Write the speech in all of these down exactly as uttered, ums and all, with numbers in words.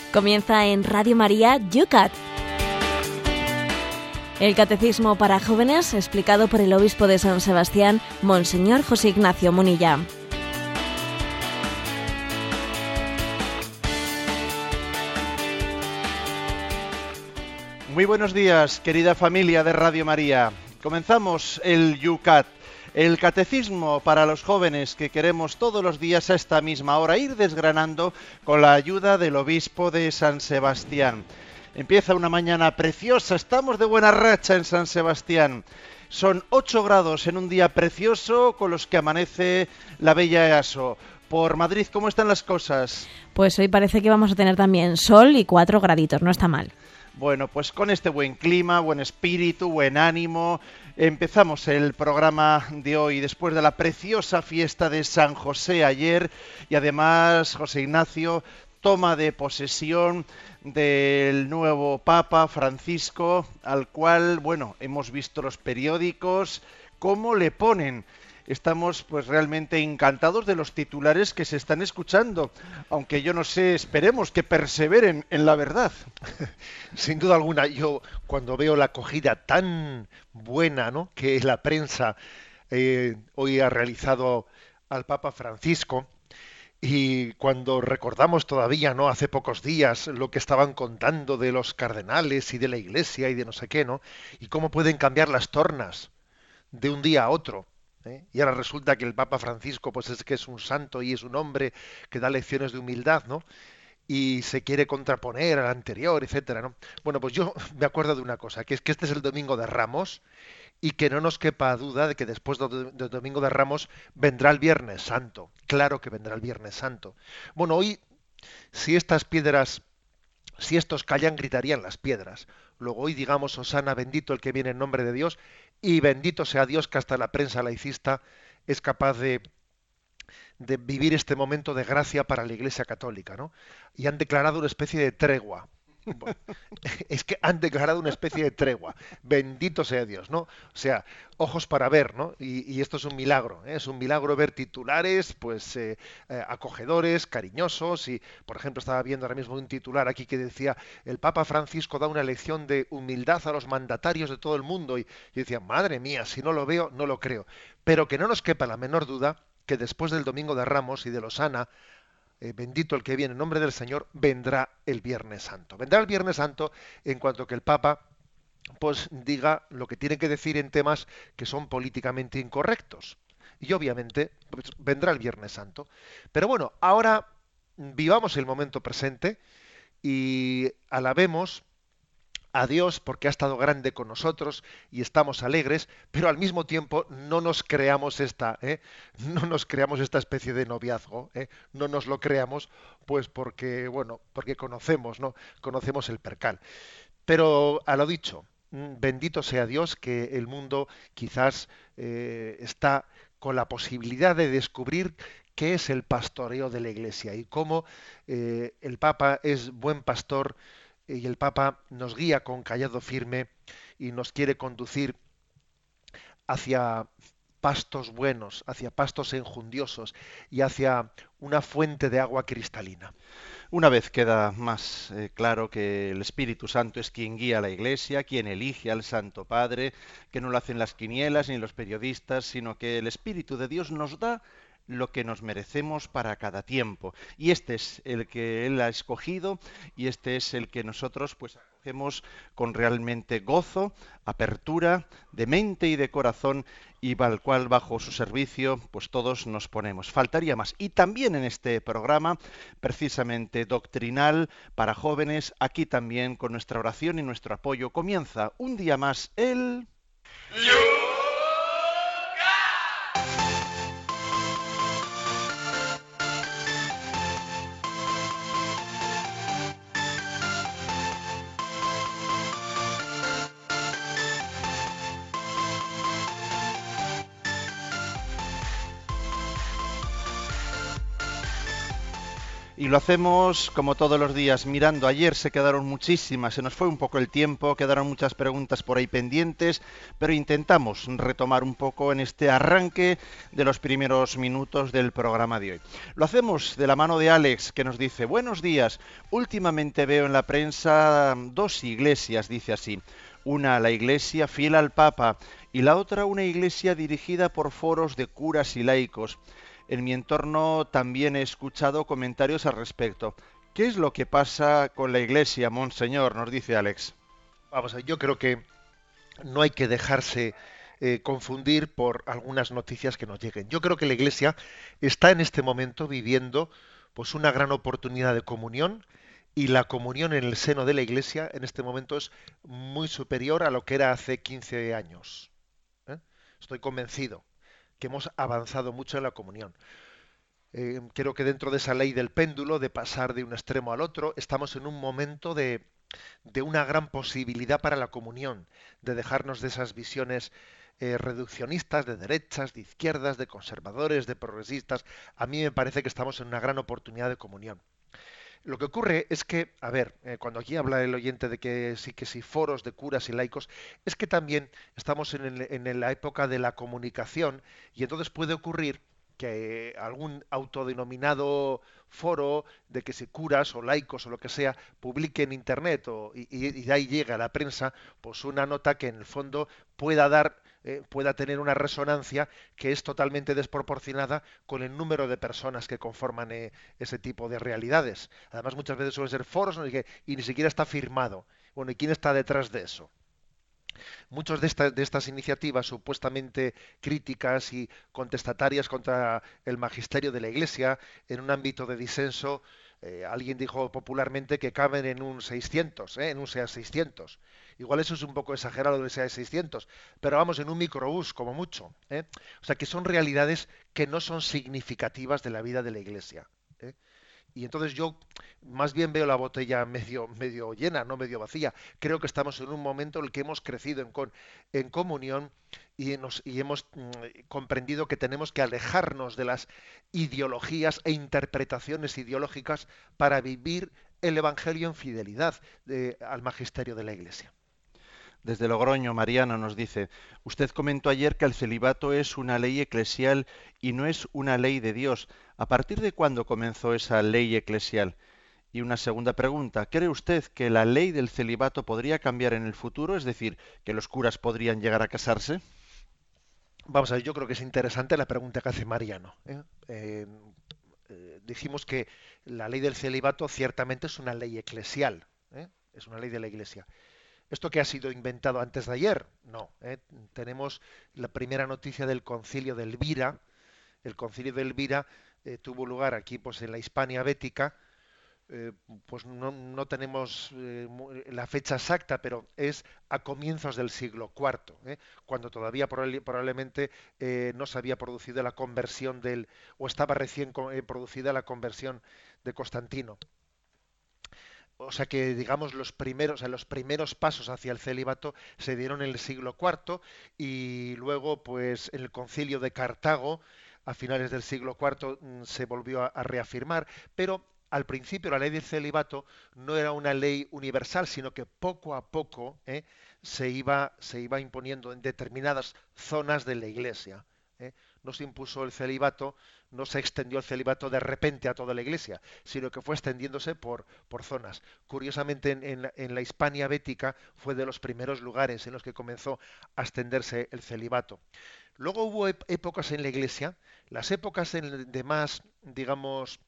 Comienza en Radio María Yucat, el catecismo para jóvenes explicado por el obispo de San Sebastián, Monseñor José Ignacio Munilla. Muy buenos días, querida familia de Radio María. Comenzamos el Yucat, el catecismo para los jóvenes que queremos todos los días a esta misma hora ir desgranando con la ayuda del obispo de San Sebastián. Empieza una mañana preciosa, estamos de buena racha en San Sebastián. Son ocho grados en un día precioso con los que amanece la bella Easo. Por Madrid, ¿cómo están las cosas? Pues hoy parece que vamos a tener también sol y cuatro graditos, no está mal. Bueno, pues con este buen clima, buen espíritu, buen ánimo, empezamos el programa de hoy después de la preciosa fiesta de San José ayer y además José Ignacio toma de posesión del nuevo Papa Francisco, al cual, bueno, hemos visto los periódicos, cómo le ponen. Estamos pues realmente encantados de los titulares que se están escuchando, aunque yo no sé, esperemos que perseveren en la verdad. Sin duda alguna, yo cuando veo la acogida tan buena, ¿no?, que la prensa eh, hoy ha realizado al Papa Francisco, y cuando recordamos todavía, ¿no?, hace pocos días lo que estaban contando de los cardenales y de la Iglesia y de no sé qué, ¿no?, y cómo pueden cambiar las tornas de un día a otro. ¿Eh? Y ahora resulta que el Papa Francisco pues es que es un santo y es un hombre que da lecciones de humildad, ¿no? Y se quiere contraponer al anterior, etcétera, ¿no? Bueno, pues yo me acuerdo de una cosa, que es que este es el Domingo de Ramos y que no nos quepa duda de que después del de Domingo de Ramos vendrá el Viernes Santo. Claro que vendrá el Viernes Santo. Bueno, hoy, si estas piedras, si estos callan, gritarían las piedras. Luego hoy digamos, Hosana, bendito el que viene en nombre de Dios, y bendito sea Dios que hasta la prensa laicista es capaz de, de vivir este momento de gracia para la Iglesia Católica, ¿no? Y han declarado una especie de tregua. Bueno, es que han declarado una especie de tregua. Bendito sea Dios, ¿no? O sea, ojos para ver, ¿no? Y, y esto es un milagro, ¿eh? Es un milagro ver titulares, pues, eh, eh, acogedores, cariñosos. Y, por ejemplo, estaba viendo ahora mismo un titular aquí que decía: el Papa Francisco da una lección de humildad a los mandatarios de todo el mundo. Y yo decía, madre mía, si no lo veo, no lo creo. Pero que no nos quepa la menor duda que después del Domingo de Ramos y de Hosana, Eh, bendito el que viene en nombre del Señor, vendrá el Viernes Santo. Vendrá el Viernes Santo en cuanto que el Papa pues diga lo que tiene que decir en temas que son políticamente incorrectos. Y obviamente pues, vendrá el Viernes Santo. Pero bueno, ahora vivamos el momento presente y alabemos a Dios porque ha estado grande con nosotros y estamos alegres, pero al mismo tiempo no nos creamos esta, ¿eh? no nos creamos esta especie de noviazgo, ¿eh? no nos lo creamos, pues porque, bueno, porque conocemos, ¿no? Conocemos el percal. Pero a lo dicho, bendito sea Dios que el mundo quizás eh, está con la posibilidad de descubrir qué es el pastoreo de la Iglesia y cómo eh, el Papa es buen pastor y el Papa nos guía con callado firme y nos quiere conducir hacia pastos buenos, hacia pastos enjundiosos y hacia una fuente de agua cristalina. Una vez queda más eh, claro que el Espíritu Santo es quien guía a la Iglesia, quien elige al Santo Padre, que no lo hacen las quinielas ni los periodistas, sino que el Espíritu de Dios nos da lo que nos merecemos para cada tiempo. Y este es el que Él ha escogido y este es el que nosotros pues acogemos con realmente gozo, apertura de mente y de corazón y al cual bajo su servicio pues todos nos ponemos. Faltaría más. Y también en este programa precisamente doctrinal para jóvenes, aquí también con nuestra oración y nuestro apoyo comienza un día más el... Y lo hacemos como todos los días, mirando. Ayer se quedaron muchísimas, se nos fue un poco el tiempo, quedaron muchas preguntas por ahí pendientes, pero intentamos retomar un poco en este arranque de los primeros minutos del programa de hoy. Lo hacemos de la mano de Alex, que nos dice: buenos días, últimamente veo en la prensa dos iglesias, dice así. Una, la iglesia fiel al Papa, y la otra, una iglesia dirigida por foros de curas y laicos. En mi entorno también he escuchado comentarios al respecto. ¿Qué es lo que pasa con la Iglesia, Monseñor?, nos dice Alex. Vamos a ver, yo creo que no hay que dejarse eh, confundir por algunas noticias que nos lleguen. Yo creo que la Iglesia está en este momento viviendo pues una gran oportunidad de comunión, y la comunión en el seno de la Iglesia en este momento es muy superior a lo que era hace quince años. ¿eh? Estoy convencido que hemos avanzado mucho en la comunión. Eh, creo que dentro de esa ley del péndulo, de pasar de un extremo al otro, estamos en un momento de, de una gran posibilidad para la comunión, de dejarnos de esas visiones eh, reduccionistas, de derechas, de izquierdas, de conservadores, de progresistas. A mí me parece que estamos en una gran oportunidad de comunión. Lo que ocurre es que, a ver, eh, cuando aquí habla el oyente de que sí que sí foros de curas y laicos, es que también estamos en, el- en la época de la comunicación, y entonces puede ocurrir que algún autodenominado foro de que si curas o laicos o lo que sea publique en internet o, y, y- y de ahí llega a la prensa pues una nota que en el fondo pueda dar eh, pueda tener una resonancia que es totalmente desproporcionada con el número de personas que conforman eh, ese tipo de realidades. Además, muchas veces suelen ser foros, ¿no? y, que- y ni siquiera está firmado. Bueno, ¿y quién está detrás de eso? Muchas de, esta- de estas iniciativas supuestamente críticas y contestatarias contra el magisterio de la Iglesia en un ámbito de disenso, eh, alguien dijo popularmente que caben en un seiscientos, ¿eh? en un SEA seiscientos. Igual eso es un poco exagerado del SEA seiscientos, pero vamos, en un microbús como mucho. ¿eh? O sea que son realidades que no son significativas de la vida de la Iglesia. ¿eh? Y entonces yo más bien veo la botella medio, medio llena, no medio vacía. Creo que estamos en un momento en el que hemos crecido en, con, en comunión y, nos, y hemos mm, comprendido que tenemos que alejarnos de las ideologías e interpretaciones ideológicas para vivir el Evangelio en fidelidad de- al magisterio de la Iglesia. Desde Logroño, Mariana nos dice: usted comentó ayer que el celibato es una ley eclesial y no es una ley de Dios. ¿A partir de cuándo comenzó esa ley eclesial? Y una segunda pregunta: ¿cree usted que la ley del celibato podría cambiar en el futuro? Es decir, ¿que los curas podrían llegar a casarse? Vamos a ver, yo creo que es interesante la pregunta que hace Mariano. ¿eh? Eh, eh, dijimos que la ley del celibato ciertamente es una ley eclesial, ¿eh? es una ley de la Iglesia. ¿Esto que ha sido inventado antes de ayer? No. ¿eh? Tenemos la primera noticia del concilio de Elvira. El concilio de Elvira eh, tuvo lugar aquí pues, en la Hispania Bética. Eh, pues no, no tenemos eh, mu- la fecha exacta, pero es a comienzos del siglo cuarto, ¿eh? Cuando todavía probable- probablemente eh, no se había producido la conversión del, o estaba recién co- eh, producida la conversión de Constantino. O sea que, digamos, los primeros, o sea, los primeros pasos hacia el celibato se dieron en el siglo cuarto, y luego, pues, en el concilio de Cartago, a finales del siglo cuarto, mm, se volvió a, a reafirmar, pero al principio la ley del celibato no era una ley universal, sino que poco a poco ¿eh? se iba, se iba imponiendo en determinadas zonas de la Iglesia. ¿eh? No se impuso el celibato, no se extendió el celibato de repente a toda la Iglesia, sino que fue extendiéndose por, por zonas. Curiosamente, en, en la en la Hispania Bética fue de los primeros lugares en los que comenzó a extenderse el celibato. Luego hubo ep- épocas en la Iglesia, las épocas en- de más, digamos,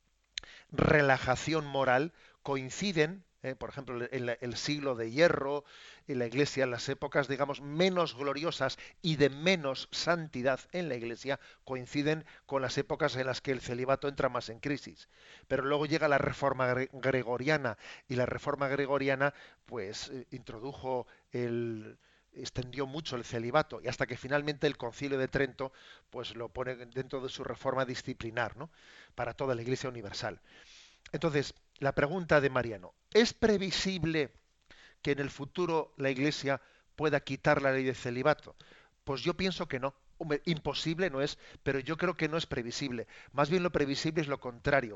relajación moral coinciden, eh, por ejemplo, en la- el siglo de hierro, en la Iglesia, las épocas, digamos, menos gloriosas y de menos santidad en la Iglesia, coinciden con las épocas en las que el celibato entra más en crisis. Pero luego llega la Reforma gre- Gregoriana, y la Reforma Gregoriana, pues, eh, introdujo el extendió mucho el celibato, y hasta que finalmente el Concilio de Trento pues lo pone dentro de su reforma disciplinar, ¿no? Para toda la Iglesia universal. Entonces, la pregunta de Mariano: ¿es previsible que en el futuro la Iglesia pueda quitar la ley de celibato? Pues yo pienso que no. Hombre, imposible no es, pero yo creo que no es previsible. Más bien lo previsible es lo contrario,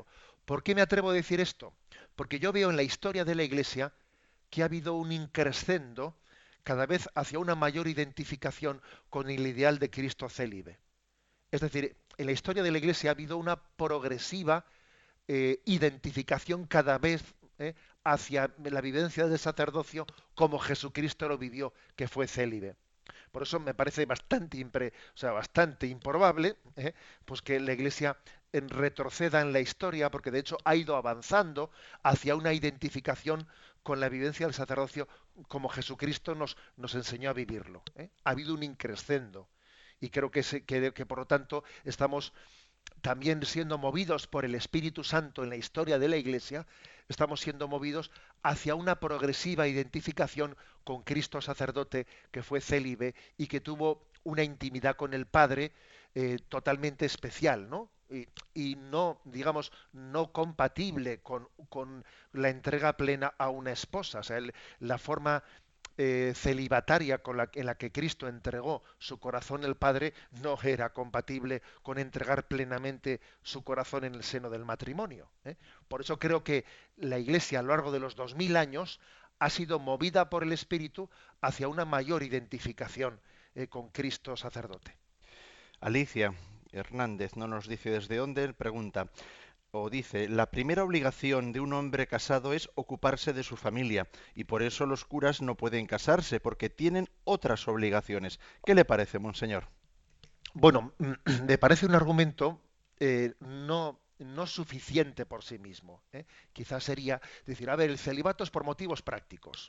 ¿Por qué me atrevo a decir esto? Porque yo veo en la historia de la Iglesia que ha habido un increscendo cada vez hacia una mayor identificación con el ideal de Cristo célibe. Es decir, en la historia de la Iglesia ha habido una progresiva eh, identificación cada vez eh, hacia la vivencia del sacerdocio como Jesucristo lo vivió, que fue célibe. Por eso me parece bastante, impre, o sea, bastante improbable eh, pues que la Iglesia en retroceda en la historia, porque de hecho ha ido avanzando hacia una identificación con la vivencia del sacerdocio como Jesucristo nos, nos enseñó a vivirlo. ¿eh? Ha habido un increscendo. Y creo que, se, que, que por lo tanto estamos también siendo movidos por el Espíritu Santo en la historia de la Iglesia, estamos siendo movidos hacia una progresiva identificación con Cristo sacerdote que fue célibe y que tuvo una intimidad con el Padre eh, totalmente especial, ¿no? Y, y no, digamos, no compatible con, con la entrega plena a una esposa. O sea, el- la forma eh, celibataria con la, en la que Cristo entregó su corazón al Padre no era compatible con entregar plenamente su corazón en el seno del matrimonio. ¿eh? Por eso creo que la Iglesia a lo largo de los dos mil años ha sido movida por el Espíritu hacia una mayor identificación eh, con Cristo sacerdote. Alicia Hernández no nos dice desde dónde, él pregunta, o dice, la primera obligación de un hombre casado es ocuparse de su familia, y por eso los curas no pueden casarse, porque tienen otras obligaciones. ¿Qué le parece, monseñor? Bueno, me parece un argumento eh, no, no suficiente por sí mismo. ¿eh? Quizás sería decir, a ver, el celibato es por motivos prácticos.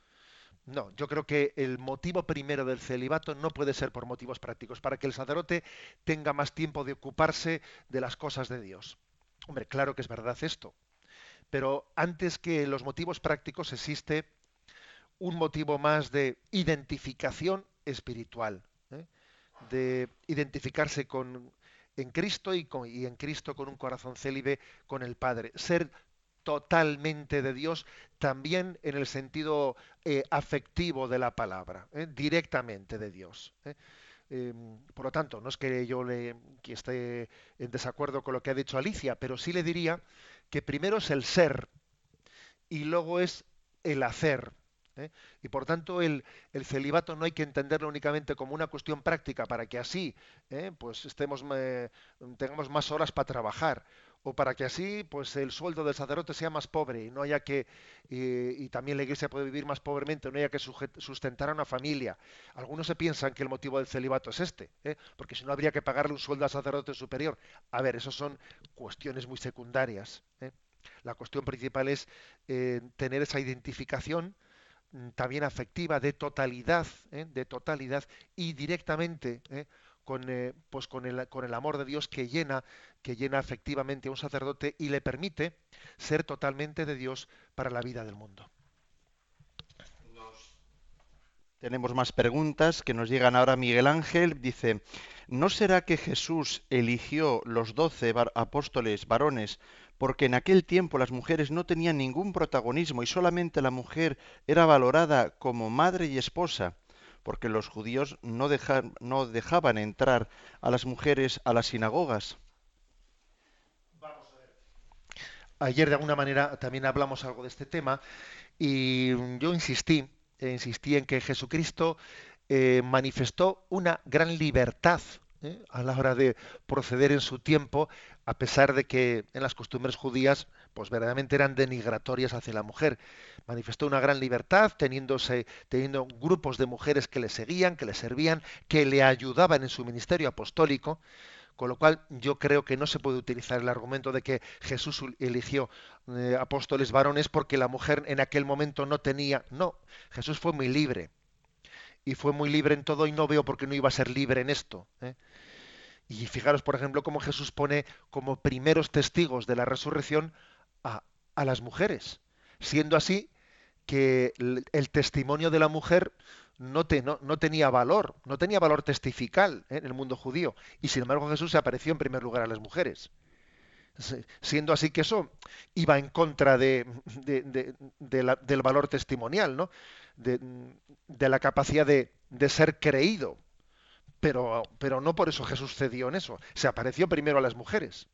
No, yo creo que el motivo primero del celibato no puede ser por motivos prácticos, para que el sacerdote tenga más tiempo de ocuparse de las cosas de Dios. Hombre, claro que es verdad esto, pero antes que los motivos prácticos existe un motivo más de identificación espiritual, ¿eh? De identificarse con en Cristo y, con, y en Cristo con un corazón célibe con el Padre, ser totalmente de Dios también en el sentido eh, afectivo de la palabra, ¿eh? Directamente de Dios. ¿eh? Eh, por lo tanto, no es que yo le, que esté en desacuerdo con lo que ha dicho Alicia, pero sí le diría que primero es el ser y luego es el hacer. ¿eh? Y por tanto el, el celibato no hay que entenderlo únicamente como una cuestión práctica para que así ¿eh? pues estemos eh, tengamos más horas para trabajar o para que así pues el sueldo del sacerdote sea más pobre y no haya que y, y también la iglesia puede vivir más pobremente, no haya que sujet- sustentar a una familia. Algunos se piensan que el motivo del celibato es este, ¿eh? porque si no habría que pagarle un sueldo al sacerdote superior. A ver, eso son cuestiones muy secundarias. ¿eh? La cuestión principal es eh, tener esa identificación mm, también afectiva de totalidad, ¿eh? de totalidad y directamente ¿eh? con, eh, pues con el, con el amor de Dios que llena, que llena efectivamente a un sacerdote y le permite ser totalmente de Dios para la vida del mundo. Tenemos más preguntas que nos llegan ahora. Miguel Ángel dice, ¿no será que Jesús eligió los doce var- apóstoles varones porque en aquel tiempo las mujeres no tenían ningún protagonismo y solamente la mujer era valorada como madre y esposa? Porque los judíos no, deja- no dejaban entrar a las mujeres a las sinagogas. Ayer de alguna manera también hablamos algo de este tema y yo insistí, eh, insistí en que Jesucristo eh, manifestó una gran libertad ¿eh? a la hora de proceder en su tiempo, a pesar de que en las costumbres judías pues verdaderamente eran denigratorias hacia la mujer. Manifestó una gran libertad teniéndose, teniendo grupos de mujeres que le seguían, que le servían, que le ayudaban en su ministerio apostólico. Con lo cual yo creo que no se puede utilizar el argumento de que Jesús eligió eh, apóstoles varones porque la mujer en aquel momento no tenía. No, Jesús fue muy libre. Y fue muy libre en todo y no veo por qué no iba a ser libre en esto. ¿eh? Y fijaros, por ejemplo, cómo Jesús pone como primeros testigos de la resurrección a, a las mujeres. Siendo así que el, el testimonio de la mujer no, te, no, no tenía valor, no tenía valor testifical ¿eh? en el mundo judío. Y sin embargo Jesús se apareció en primer lugar a las mujeres. Se- Siendo así que eso iba en contra de, de- de- de la- del valor testimonial, ¿no? De, de la capacidad de, de ser creído. Pero, pero no por eso Jesús cedió en eso. Se apareció primero a las mujeres.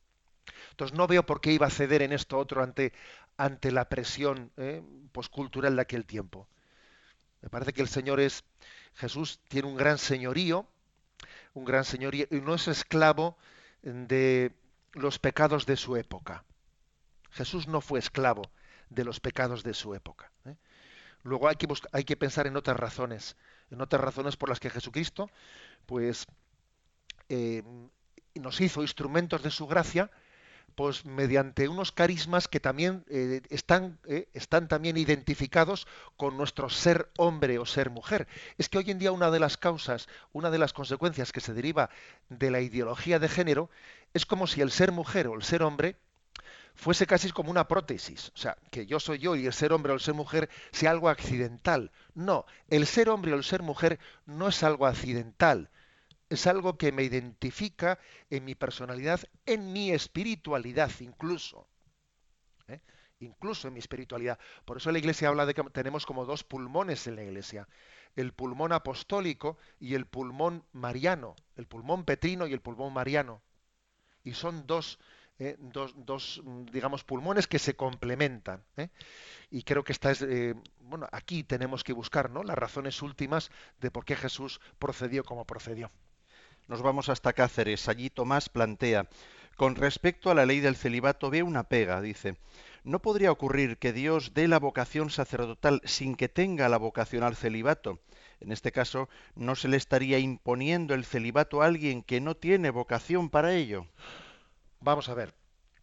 Entonces no veo por qué iba a ceder en esto otro ante, ante la presión eh, pues, cultural de aquel tiempo. Me parece que el Señor es, Jesús tiene un gran señorío, un gran señorío, y no es esclavo de los pecados de su época. Jesús no fue esclavo de los pecados de su época. ¿eh? Luego hay que, buscar, hay que pensar en otras razones, en otras razones por las que Jesucristo, pues, eh, nos hizo instrumentos de su gracia, pues mediante unos carismas que también eh, están, eh, están también identificados con nuestro ser hombre o ser mujer. Es que hoy en día una de las causas, una de las consecuencias que se deriva de la ideología de género es como si el ser mujer o el ser hombre fuese casi como una prótesis. O sea, que yo soy yo y el ser hombre o el ser mujer sea algo accidental. No, el ser hombre o el ser mujer no es algo accidental. Es algo que me identifica en mi personalidad, en mi espiritualidad incluso. ¿eh? Incluso en mi espiritualidad. Por eso la Iglesia habla de que tenemos como dos pulmones en la Iglesia. El pulmón apostólico y el pulmón mariano. El pulmón petrino y el pulmón mariano. Y son dos, eh, dos, dos, digamos, pulmones que se complementan. ¿eh? Y creo que esta es, eh, bueno, aquí tenemos que buscar, ¿no?, las razones últimas de por qué Jesús procedió como procedió. Nos vamos hasta Cáceres. Allí Tomás plantea, con respecto a la ley del celibato, ve una pega, dice. ¿No podría ocurrir que Dios dé la vocación sacerdotal sin que tenga la vocación al celibato? En este caso, ¿no se le estaría imponiendo el celibato a alguien que no tiene vocación para ello? Vamos a ver.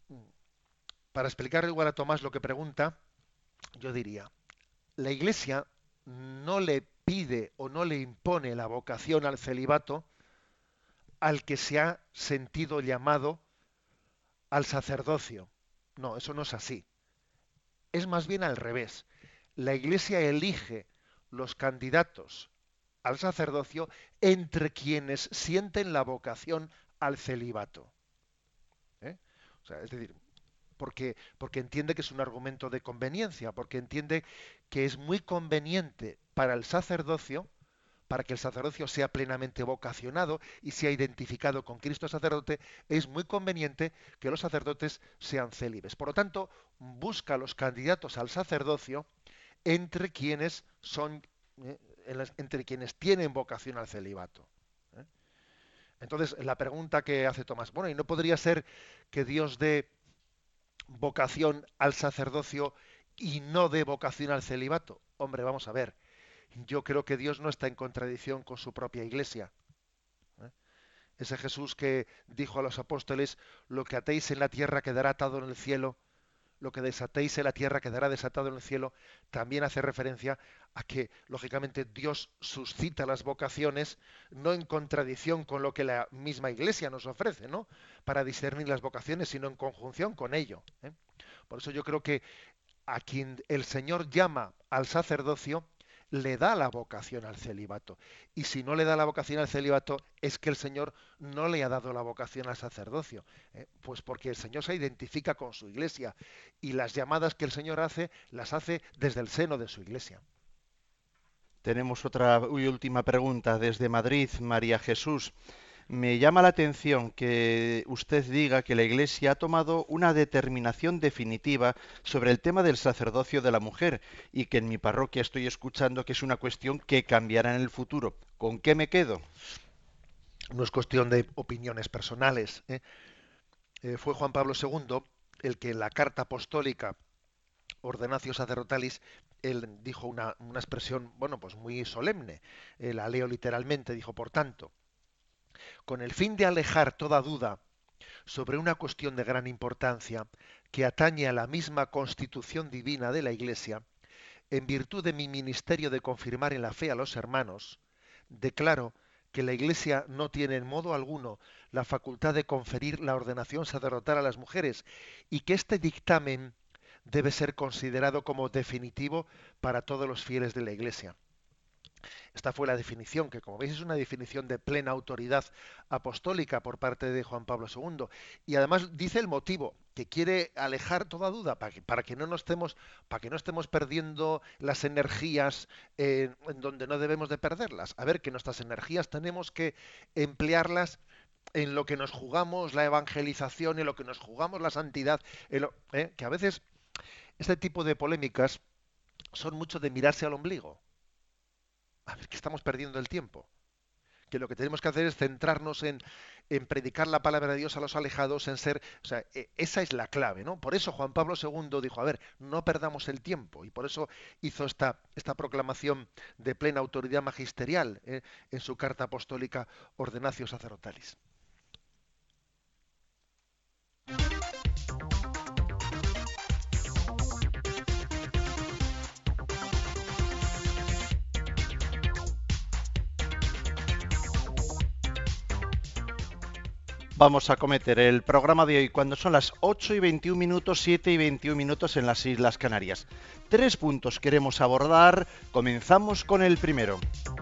Para explicarle igual a Tomás lo que pregunta, yo diría, la Iglesia no le pide o no le impone la vocación al celibato al que se ha sentido llamado al sacerdocio. No, eso no es así. Es más bien al revés. La Iglesia elige los candidatos al sacerdocio entre quienes sienten la vocación al celibato. ¿eh? O sea, es decir, porque, porque entiende que es un argumento de conveniencia, porque entiende que es muy conveniente para el sacerdocio, para que el sacerdocio sea plenamente vocacionado y sea identificado con Cristo sacerdote, es muy conveniente que los sacerdotes sean célibes. Por lo tanto, busca los candidatos al sacerdocio entre quienes son, eh, entre quienes tienen vocación al celibato. ¿eh? Entonces, la pregunta que hace Tomás, bueno, ¿y no podría ser que Dios dé vocación al sacerdocio y no dé vocación al celibato? Hombre, vamos a ver. Yo creo que Dios no está en contradicción con su propia Iglesia. ¿eh? Ese Jesús que dijo a los apóstoles, lo que atéis en la tierra quedará atado en el cielo, lo que desatéis en la tierra quedará desatado en el cielo, también hace referencia a que, lógicamente, Dios suscita las vocaciones no en contradicción con lo que la misma Iglesia nos ofrece, ¿no?, para discernir las vocaciones, sino en conjunción con ello. ¿eh? Por eso yo creo que a quien el Señor llama al sacerdocio, le da la vocación al celibato. Y si no le da la vocación al celibato, es que el Señor no le ha dado la vocación al sacerdocio. ¿eh? Pues porque el Señor se identifica con su Iglesia y las llamadas que el Señor hace, las hace desde el seno de su Iglesia. Tenemos otra y última pregunta desde Madrid, María Jesús. Me llama la atención que usted diga que la Iglesia ha tomado una determinación definitiva sobre el tema del sacerdocio de la mujer y que en mi parroquia estoy escuchando que es una cuestión que cambiará en el futuro. ¿Con qué me quedo? No es cuestión de opiniones personales. ¿eh? Eh, fue Juan Pablo segundo el que en la carta apostólica Ordenatio Sacerdotalis, él dijo una, una expresión, bueno, pues muy solemne. Eh, la leo literalmente, dijo, por tanto, con el fin de alejar toda duda sobre una cuestión de gran importancia que atañe a la misma constitución divina de la Iglesia, en virtud de mi ministerio de confirmar en la fe a los hermanos, declaro que la Iglesia no tiene en modo alguno la facultad de conferir la ordenación sacerdotal a las mujeres y que este dictamen debe ser considerado como definitivo para todos los fieles de la Iglesia. Esta fue la definición, que como veis es una definición de plena autoridad apostólica por parte de Juan Pablo segundo. Y además dice el motivo, que quiere alejar toda duda, para que, para que no nos estemos, para que no estemos perdiendo las energías eh, en donde no debemos de perderlas. A ver, que nuestras energías tenemos que emplearlas en lo que nos jugamos la evangelización, en lo que nos jugamos la santidad, en lo- ¿eh? que a veces este tipo de polémicas son mucho de mirarse al ombligo. A ver, que estamos perdiendo el tiempo. Que lo que tenemos que hacer es centrarnos en, en predicar la palabra de Dios a los alejados, en ser, o sea, e- esa es la clave, ¿no? Por eso Juan Pablo segundo dijo, a ver, no perdamos el tiempo, y por eso hizo esta, esta proclamación de plena autoridad magisterial, ¿eh? En su carta apostólica Ordenatio Sacerdotalis. Vamos a cometer el programa de hoy cuando son las ocho y veintiún minutos, siete y veintiún minutos en las Islas Canarias. Tres puntos queremos abordar. Comenzamos con el primero.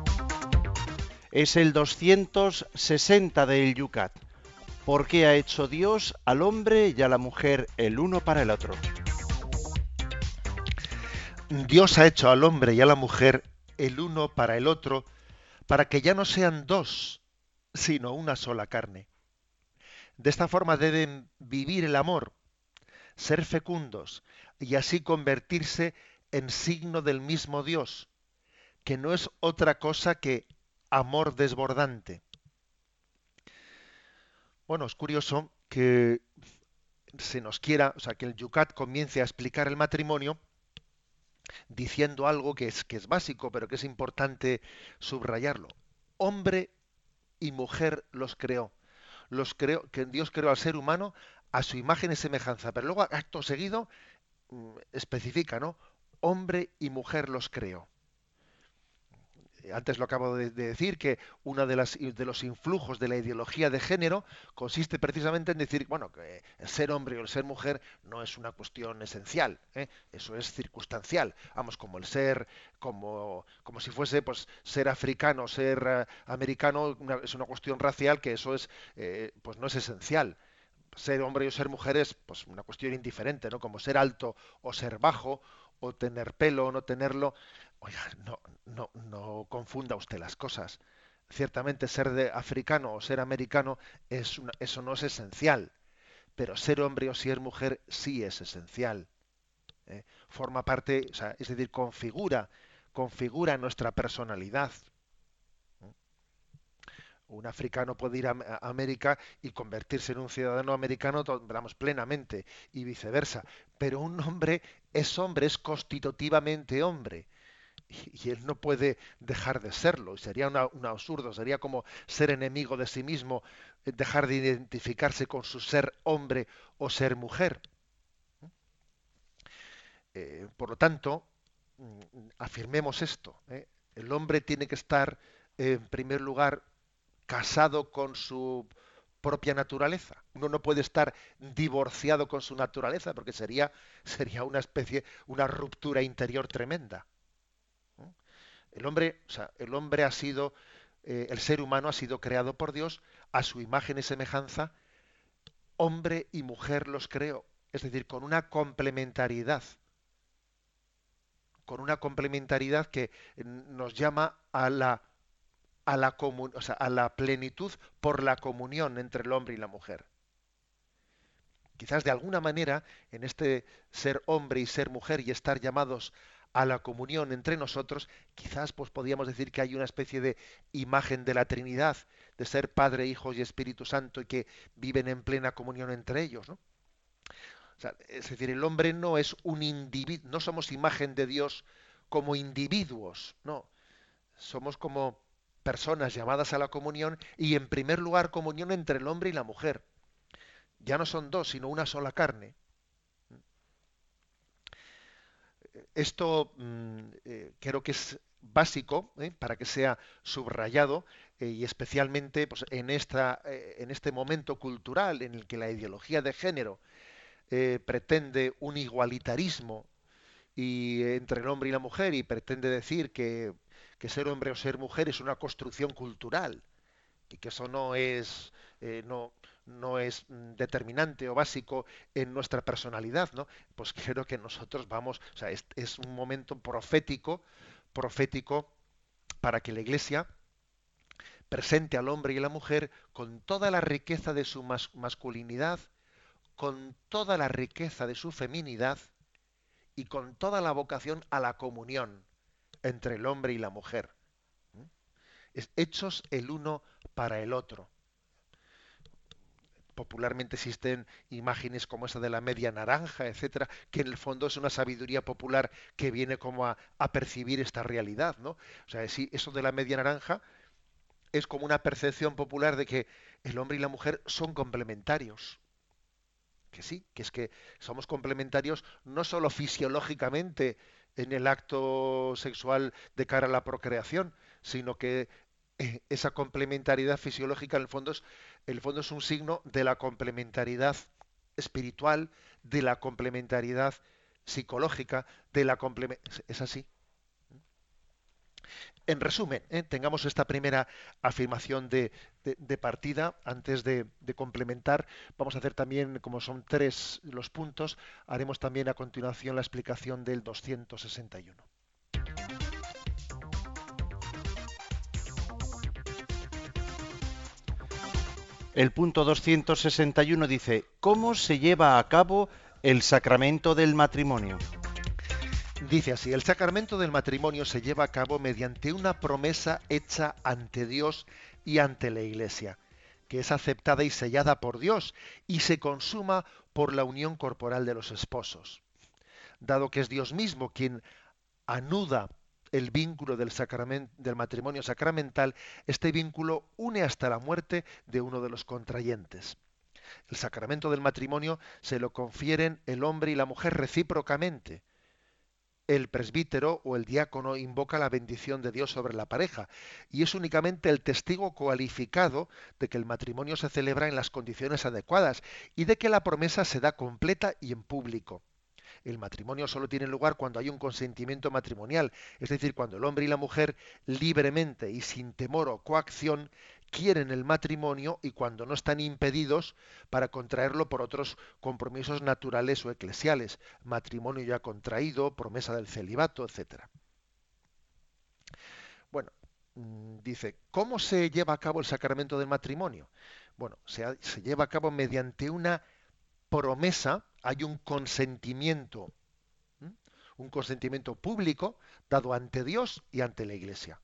Es el doscientos sesenta del Yucat. ¿Por qué ha hecho Dios al hombre y a la mujer el uno para el otro? Dios ha hecho al hombre y a la mujer el uno para el otro, para que ya no sean dos, sino una sola carne. De esta forma deben vivir el amor, ser fecundos y así convertirse en signo del mismo Dios, que no es otra cosa que amor desbordante. Bueno, es curioso que se nos quiera, o sea, que el Yucat comience a explicar el matrimonio diciendo algo que es, que es básico, pero que es importante subrayarlo. Hombre y mujer los creó. Los creó, que Dios creó al ser humano a su imagen y semejanza, pero luego acto seguido mm, especifica, ¿no? Hombre y mujer los creó. Antes lo acabo de, de decir, que uno de, las, de los influjos de la ideología de género consiste precisamente en decir, bueno, que el ser hombre o el ser mujer no es una cuestión esencial, ¿eh? Eso es circunstancial. Vamos, como el ser, como, como si fuese pues ser africano, ser eh, americano, una- es una cuestión racial, que eso es, eh, pues no es esencial. Ser hombre o ser mujer es pues una cuestión indiferente, ¿no? Como ser alto o ser bajo, o tener pelo o no tenerlo. Oiga, no, no, no confunda usted las cosas. Ciertamente ser de africano o ser americano es una- eso no es esencial, pero ser hombre o ser mujer sí es esencial. ¿Eh? Forma parte, o sea, es decir, configura, configura nuestra personalidad. Un africano puede ir a, a América y convertirse en un ciudadano americano, to- vamos, plenamente, y viceversa. Pero un hombre es hombre, es constitutivamente hombre. Y, y él no puede dejar de serlo. Sería una- un absurdo, sería como ser enemigo de sí mismo, eh, dejar de identificarse con su ser hombre o ser mujer. Eh, por lo tanto, mm, afirmemos esto, ¿eh? El hombre tiene que estar, eh, en primer lugar, casado con su propia naturaleza. Uno no puede estar divorciado con su naturaleza porque sería, sería una especie, una ruptura interior tremenda. ¿No? El hombre, o sea, el hombre ha sido, eh, el ser humano ha sido creado por Dios a su imagen y semejanza, hombre y mujer los creó, es decir, con una complementariedad, con una complementariedad que eh, nos llama a la a la comun- o sea, a la plenitud por la comunión entre el hombre y la mujer. Quizás de alguna manera, en este ser hombre y ser mujer y estar llamados a la comunión entre nosotros, quizás pues podríamos decir que hay una especie de imagen de la Trinidad, de ser Padre, Hijo y Espíritu Santo y que viven en plena comunión entre ellos, ¿no? O sea, es decir, el hombre no es un individuo, no somos imagen de Dios como individuos, no, somos como personas llamadas a la comunión y en primer lugar comunión entre el hombre y la mujer. Ya no son dos, sino una sola carne. Esto mm, eh, creo que es básico, ¿eh? Para que sea subrayado, eh, y especialmente pues, en, esta, eh, en este momento cultural en el que la ideología de género eh, pretende un igualitarismo y, eh, entre el hombre y la mujer y pretende decir que, que ser hombre o ser mujer es una construcción cultural y que eso no es eh, no no es mm, determinante o básico en nuestra personalidad, ¿no? Pues creo que nosotros vamos, o sea, es, es un momento profético, profético para que la Iglesia presente al hombre y a la mujer con toda la riqueza de su mas- masculinidad, con toda la riqueza de su feminidad y con toda la vocación a la comunión entre el hombre y la mujer. ¿Mm? Es hechos el uno para el otro. Popularmente existen imágenes como esa de la media naranja, etcétera, que en el fondo es una sabiduría popular que viene como a, a percibir esta realidad, ¿no? O sea, sí, eso de la media naranja es como una percepción popular de que el hombre y la mujer son complementarios. Que sí, que es que somos complementarios no solo fisiológicamente en el acto sexual de cara a la procreación, sino que eh, esa complementariedad fisiológica en el fondo es, en el fondo es un signo de la complementariedad espiritual, de la complementariedad psicológica, de la complementariedad... Es así. En resumen, ¿eh? Tengamos esta primera afirmación de, de- de partida antes de, de complementar. Vamos a hacer también, como son tres los puntos, haremos también a continuación la explicación del doscientos sesenta y uno. El punto doscientos sesenta y uno dice, ¿cómo se lleva a cabo el sacramento del matrimonio? Dice así, el sacramento del matrimonio se lleva a cabo mediante una promesa hecha ante Dios y ante la Iglesia, que es aceptada y sellada por Dios y se consuma por la unión corporal de los esposos. Dado que es Dios mismo quien anuda el vínculo del, sacramen- del matrimonio sacramental, este vínculo une hasta la muerte de uno de los contrayentes. El sacramento del matrimonio se lo confieren el hombre y la mujer recíprocamente. El presbítero o el diácono invoca la bendición de Dios sobre la pareja y es únicamente el testigo cualificado de que el matrimonio se celebra en las condiciones adecuadas y de que la promesa se da completa y en público. El matrimonio solo tiene lugar cuando hay un consentimiento matrimonial, es decir, cuando el hombre y la mujer libremente y sin temor o coacción quieren el matrimonio y cuando no están impedidos para contraerlo por otros compromisos naturales o eclesiales, matrimonio ya contraído, promesa del celibato, etcétera. Bueno, mm, dice, ¿cómo se lleva a cabo el sacramento del matrimonio? Bueno, se, ha- se lleva a cabo mediante una promesa, hay un consentimiento. ¿Mm? Un consentimiento público dado ante Dios y ante la Iglesia.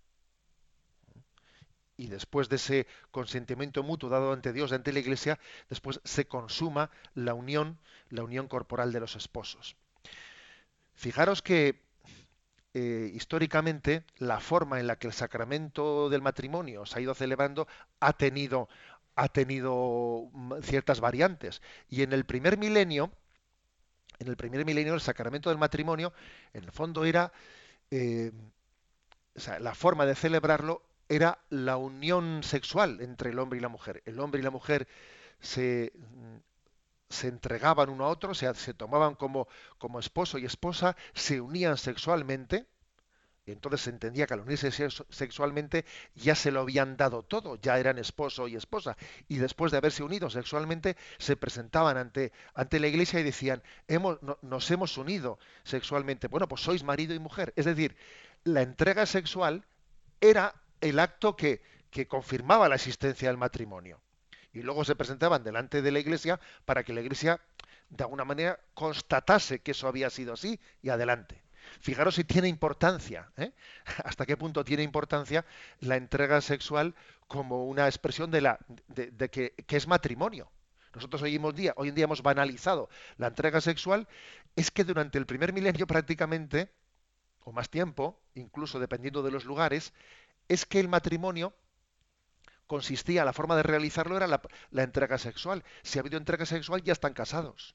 Y después de ese consentimiento mutuo dado ante Dios y ante la Iglesia, después se consuma la unión, la unión corporal de los esposos. Fijaros que eh, históricamente la forma en la que el sacramento del matrimonio se ha ido celebrando ha tenido, ha tenido mm, ciertas variantes. Y en el primer milenio, en el primer milenio, el sacramento del matrimonio, en el fondo era eh, o sea, la forma de celebrarlo era la unión sexual entre el hombre y la mujer. El hombre y la mujer se, mm, se entregaban uno a otro, o sea, se tomaban como, como esposo y esposa, se unían sexualmente, y entonces se entendía que al unirse sexu- sexualmente ya se lo habían dado todo, ya eran esposo y esposa. Y después de haberse unido sexualmente, se presentaban ante, ante la iglesia y decían, hemos, no- nos hemos unido sexualmente. Bueno, pues sois marido y mujer. Es decir, la entrega sexual era el acto que, que confirmaba la existencia del matrimonio. Y luego se presentaban delante de la iglesia para que la iglesia, de alguna manera, constatase que eso había sido así y adelante. Fijaros si tiene importancia, ¿eh? Hasta qué punto tiene importancia la entrega sexual como una expresión de, la, de, de que, que es matrimonio. Nosotros hoy en, día, hoy en día hemos banalizado la entrega sexual, es que durante el primer milenio prácticamente, o más tiempo, incluso dependiendo de los lugares, es que el matrimonio consistía, la forma de realizarlo era la, la entrega sexual. Si ha habido entrega sexual ya están casados.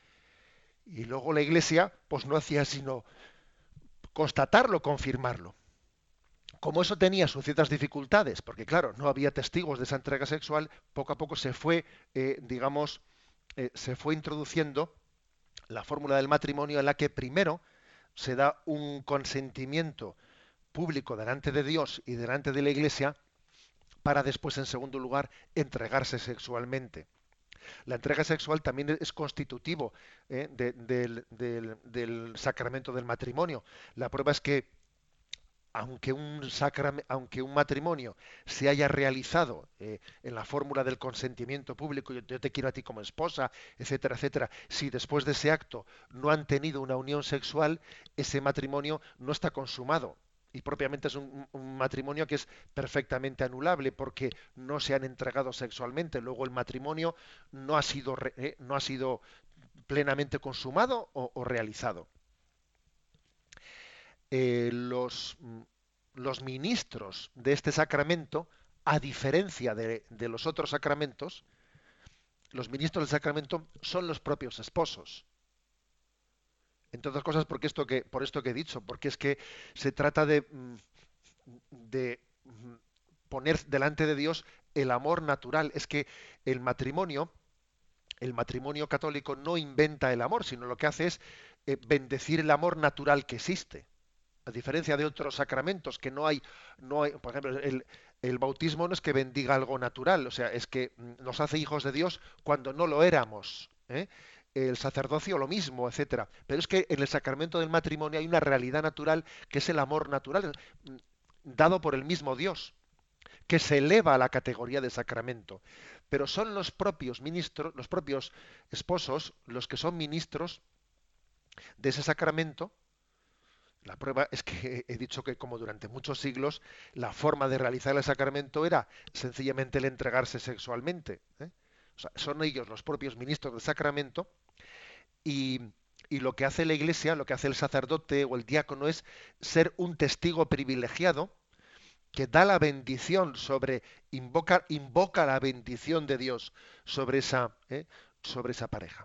Y luego la iglesia pues no hacía sino constatarlo, confirmarlo. Como eso tenía sus ciertas dificultades, porque claro, no había testigos de esa entrega sexual, poco a poco se fue, eh, digamos, eh, se fue introduciendo la fórmula del matrimonio en la que primero se da un consentimiento público delante de Dios y delante de la Iglesia para después, en segundo lugar, entregarse sexualmente. La entrega sexual también es constitutivo ¿eh? de, del, del, del sacramento del matrimonio. La prueba es que aunque un, sacram- aunque un matrimonio se haya realizado eh, en la fórmula del consentimiento público, yo, yo te quiero a ti como esposa, etcétera, etcétera, si después de ese acto no han tenido una unión sexual, ese matrimonio no está consumado. Y propiamente es un, un matrimonio que es perfectamente anulable porque no se han entregado sexualmente. Luego el matrimonio no ha sido, re- eh, no ha sido plenamente consumado o, o realizado. Eh, los, mm, los ministros de este sacramento, a diferencia de, de los otros sacramentos, los ministros del sacramento son los propios esposos. Entre otras cosas, porque esto que, por esto que he dicho, porque es que se trata de, mm, de mm, poner delante de Dios el amor natural. Es que el matrimonio, el matrimonio católico no inventa el amor, sino lo que hace es eh, bendecir el amor natural que existe. A diferencia de otros sacramentos que no hay, no hay, por ejemplo, el, el bautismo no es que bendiga algo natural, o sea, es que mm, nos hace hijos de Dios cuando no lo éramos, ¿eh? El sacerdocio lo mismo, etcétera. Pero es que en el sacramento del matrimonio hay una realidad natural que es el amor natural mm, dado por el mismo Dios, que se eleva a la categoría de sacramento. Pero son los propios ministros, los propios esposos, los que son ministros de ese sacramento. La prueba es que he dicho que como durante muchos siglos la forma de realizar el sacramento era sencillamente el entregarse sexualmente, ¿eh? O sea, son ellos los propios ministros del sacramento y, y lo que hace la Iglesia, lo que hace el sacerdote o el diácono es ser un testigo privilegiado que da la bendición sobre, invoca, invoca la bendición de Dios sobre esa, ¿eh? sobre esa pareja.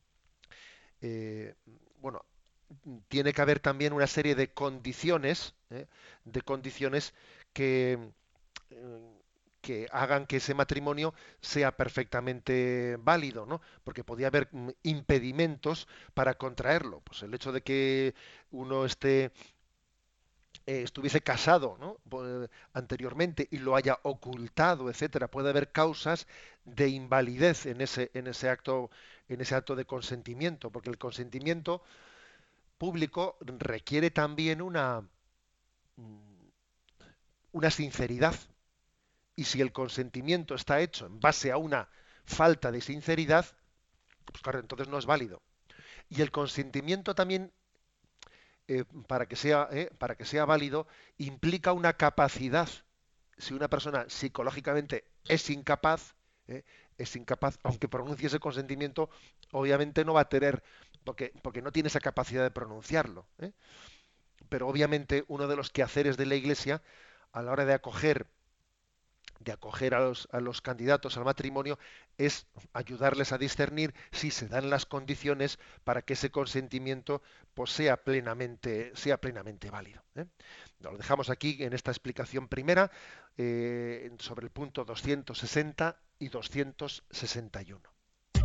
Eh, bueno, tiene que haber también una serie de condiciones, ¿eh? de condiciones que, eh, que hagan que ese matrimonio sea perfectamente válido, ¿no? Porque podía haber mm, impedimentos para contraerlo. Pues el hecho de que uno esté eh, estuviese casado, ¿no? Po- anteriormente y lo haya ocultado, etcétera, puede haber causas de invalidez en ese en ese acto en ese acto de consentimiento, porque el consentimiento público requiere también una, mm, una sinceridad. Y si el consentimiento está hecho en base a una falta de sinceridad, pues claro, entonces no es válido. Y el consentimiento también, eh, para que sea, eh, para que sea válido, implica una capacidad. Si una persona psicológicamente es incapaz, eh, es incapaz, aunque pronuncie ese consentimiento, obviamente no va a tener, porque, porque no tiene esa capacidad de pronunciarlo, ¿eh? Pero obviamente uno de los quehaceres de la Iglesia a la hora de acoger de acoger a los, a los candidatos al matrimonio es ayudarles a discernir si se dan las condiciones para que ese consentimiento pues, sea plenamente sea plenamente válido, ¿eh? Lo dejamos aquí en esta explicación primera eh, sobre el punto doscientos sesenta y doscientos sesenta y uno.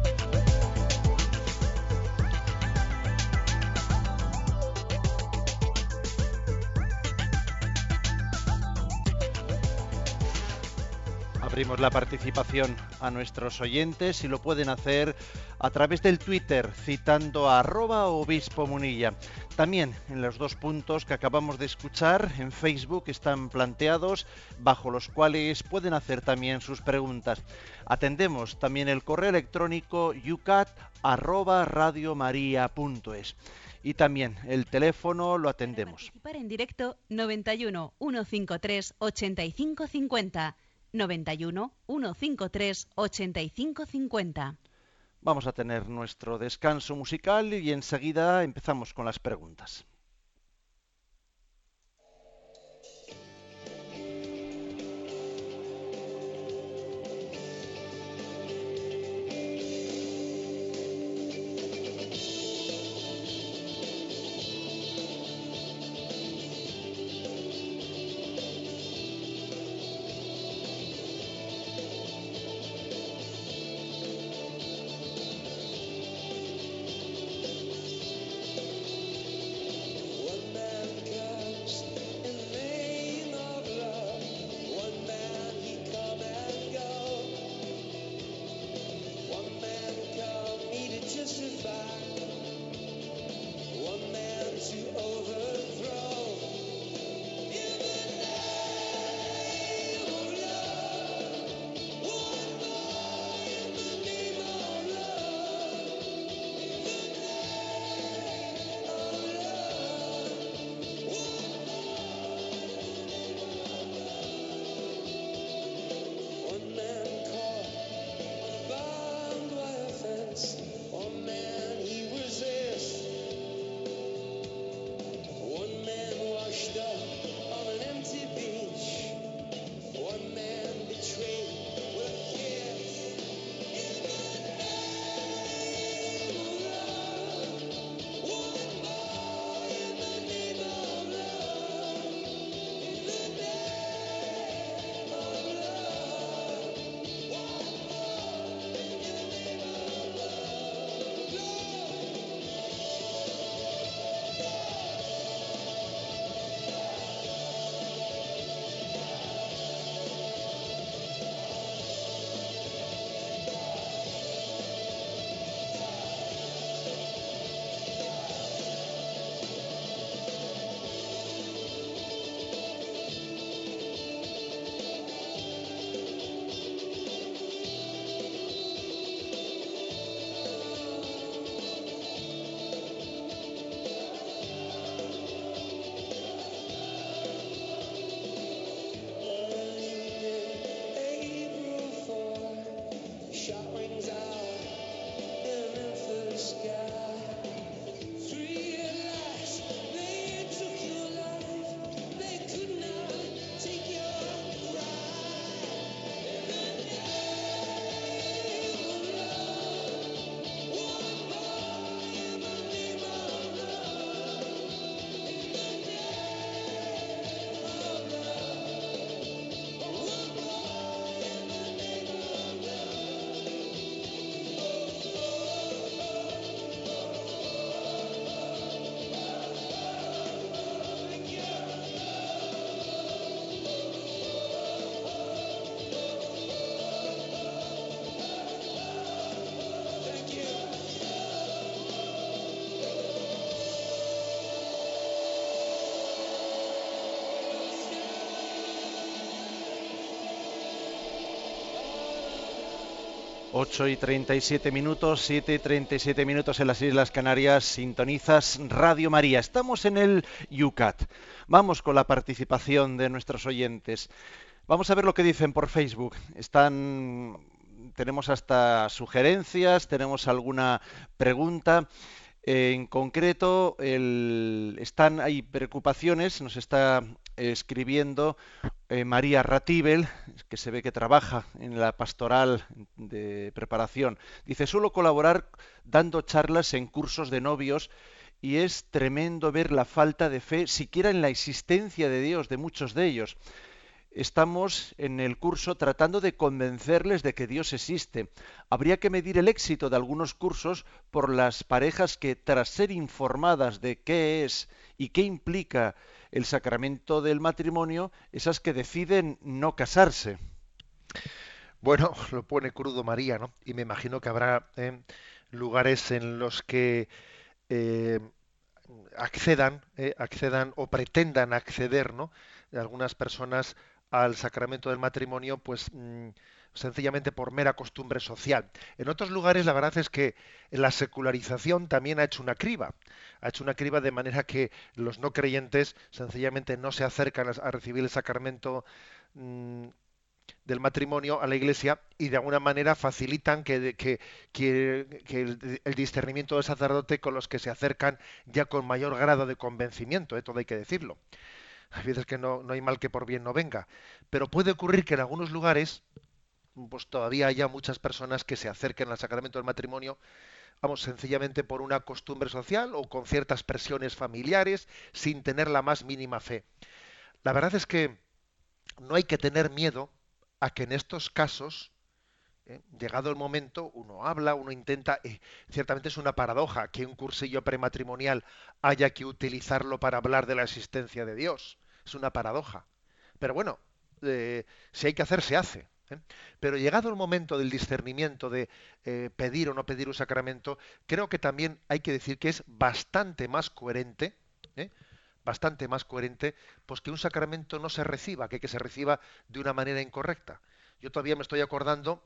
Abrimos la participación a nuestros oyentes y lo pueden hacer a través del Twitter citando a arroba obispo munilla. También en los dos puntos que acabamos de escuchar en Facebook están planteados bajo los cuales pueden hacer también sus preguntas. Atendemos también el correo electrónico yucat arroba radiomaria punto es. Y también el teléfono lo atendemos. Para participar en directo noventa y uno, ciento cincuenta y tres, ochenta y cinco cincuenta. noventa y uno, ciento cincuenta y tres, ochenta y cinco cincuenta. Vamos a tener nuestro descanso musical y enseguida empezamos con las preguntas. ocho y treinta y siete minutos, siete y treinta y siete minutos en las Islas Canarias, sintonizas Radio María. Estamos en el Yucat. Vamos con la participación de nuestros oyentes. Vamos a ver lo que dicen por Facebook. Están, tenemos hasta sugerencias, tenemos alguna pregunta. En concreto, el, están hay preocupaciones, nos está escribiendo eh, María Ratibel, que se ve que trabaja en la pastoral de preparación. Dice, suelo colaborar dando charlas en cursos de novios y es tremendo ver la falta de fe, siquiera en la existencia de Dios, de muchos de ellos. Estamos en el curso tratando de convencerles de que Dios existe. Habría que medir el éxito de algunos cursos por las parejas que, tras ser informadas de qué es y qué implica el sacramento del matrimonio, esas que deciden no casarse. Bueno, lo pone crudo María, ¿no? Y me imagino que habrá eh, lugares en los que eh, accedan, eh, accedan o pretendan acceder, ¿no? Algunas personas al sacramento del matrimonio, pues mmm, sencillamente por mera costumbre social. En otros lugares la verdad es que la secularización también ha hecho una criba, ha hecho una criba de manera que los no creyentes sencillamente no se acercan a, a recibir el sacramento mmm, del matrimonio a la Iglesia y de alguna manera facilitan que, que, que, que el, el discernimiento del sacerdote con los que se acercan ya con mayor grado de convencimiento, ¿eh? Todo hay que decirlo. Hay veces que no, no hay mal que por bien no venga, pero puede ocurrir que en algunos lugares pues todavía haya muchas personas que se acerquen al sacramento del matrimonio, vamos, sencillamente por una costumbre social o con ciertas presiones familiares, sin tener la más mínima fe. La verdad es que no hay que tener miedo a que en estos casos, eh, llegado el momento, uno habla, uno intenta, eh, ciertamente es una paradoja que un cursillo prematrimonial haya que utilizarlo para hablar de la existencia de Dios. Es una paradoja. Pero bueno, eh, si hay que hacer, se hace. ¿eh? Pero llegado el momento del discernimiento de eh, pedir o no pedir un sacramento, creo que también hay que decir que es bastante más coherente, ¿eh? bastante más coherente, pues que un sacramento no se reciba, que, que se reciba de una manera incorrecta. Yo todavía me estoy acordando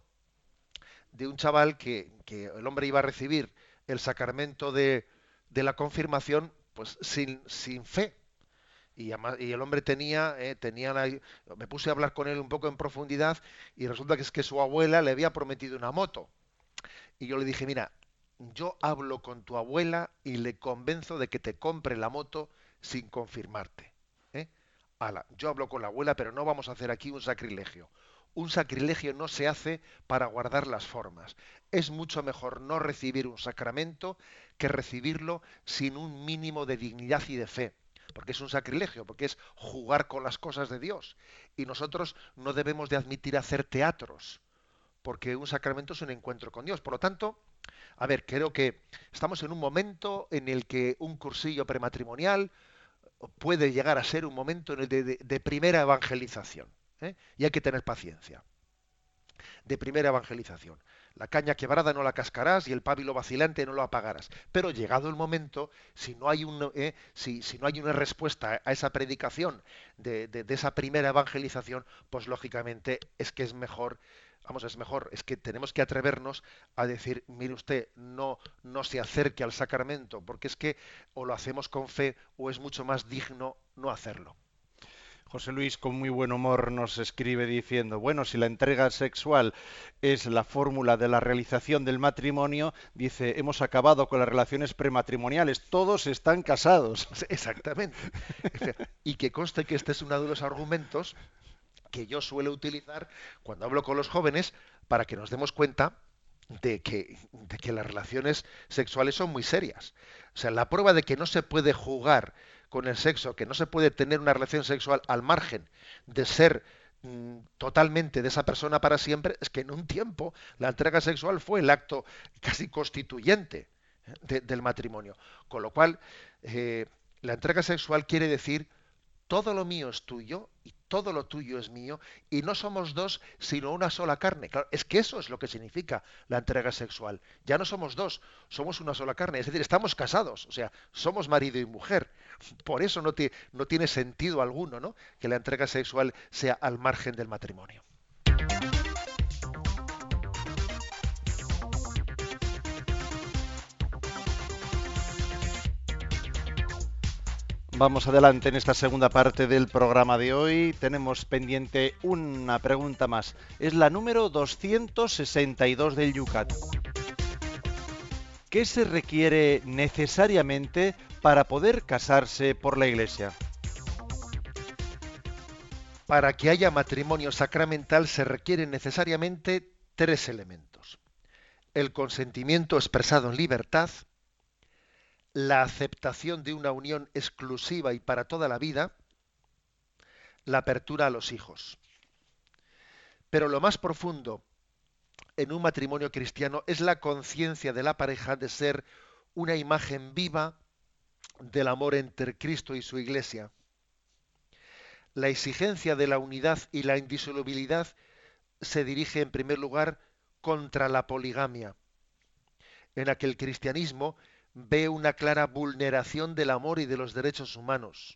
de un chaval que, que el hombre iba a recibir el sacramento de, de la confirmación pues sin, sin fe. Y, además, y el hombre tenía, eh, tenía la, me puse a hablar con él un poco en profundidad y resulta que es que su abuela le había prometido una moto. Y yo le dije, mira, yo hablo con tu abuela y le convenzo de que te compre la moto sin confirmarte. ¿eh? Ala, yo hablo con la abuela, pero no vamos a hacer aquí un sacrilegio. Un sacrilegio no se hace para guardar las formas. Es mucho mejor no recibir un sacramento que recibirlo sin un mínimo de dignidad y de fe. Porque es un sacrilegio, porque es jugar con las cosas de Dios. Y nosotros no debemos de admitir hacer teatros, porque un sacramento es un encuentro con Dios. Por lo tanto, a ver, creo que estamos en un momento en el que un cursillo prematrimonial puede llegar a ser un momento de, de, de primera evangelización. ¿eh? Y hay que tener paciencia. De primera evangelización. La caña quebrada no la cascarás y el pábilo vacilante no lo apagarás. Pero llegado el momento, si no hay, un, eh, si, si no hay una respuesta a esa predicación de, de, de esa primera evangelización, pues lógicamente es que es mejor, vamos, es mejor, es que tenemos que atrevernos a decir, mire usted, no, no se acerque al sacramento, porque es que o lo hacemos con fe o es mucho más digno no hacerlo. José Luis, con muy buen humor, nos escribe diciendo, bueno, si la entrega sexual es la fórmula de la realización del matrimonio, dice, hemos acabado con las relaciones prematrimoniales, todos están casados. Exactamente. Y que conste que este es uno de los argumentos que yo suelo utilizar cuando hablo con los jóvenes para que nos demos cuenta de que, de que las relaciones sexuales son muy serias. O sea, la prueba de que no se puede jugar con el sexo, que no se puede tener una relación sexual al margen de ser mm, totalmente de esa persona para siempre, es que en un tiempo la entrega sexual fue el acto casi constituyente de, del matrimonio. Con lo cual, eh, la entrega sexual quiere decir todo lo mío es tuyo y todo lo tuyo es mío y no somos dos sino una sola carne. Claro, es que eso es lo que significa la entrega sexual. Ya no somos dos, somos una sola carne. Es decir, estamos casados, o sea, somos marido y mujer. Por eso no, te, no tiene sentido alguno, ¿no?, que la entrega sexual sea al margen del matrimonio. Vamos adelante en esta segunda parte del programa de hoy. Tenemos pendiente una pregunta más. Es la número doscientos sesenta y dos del Yucat. ¿Qué se requiere necesariamente para poder casarse por la Iglesia? Para que haya matrimonio sacramental se requieren necesariamente tres elementos: el consentimiento expresado en libertad, la aceptación de una unión exclusiva y para toda la vida, la apertura a los hijos. Pero lo más profundo en un matrimonio cristiano es la conciencia de la pareja de ser una imagen viva del amor entre Cristo y su Iglesia. La exigencia de la unidad y la indisolubilidad se dirige en primer lugar contra la poligamia, en la que el cristianismo ve una clara vulneración del amor y de los derechos humanos.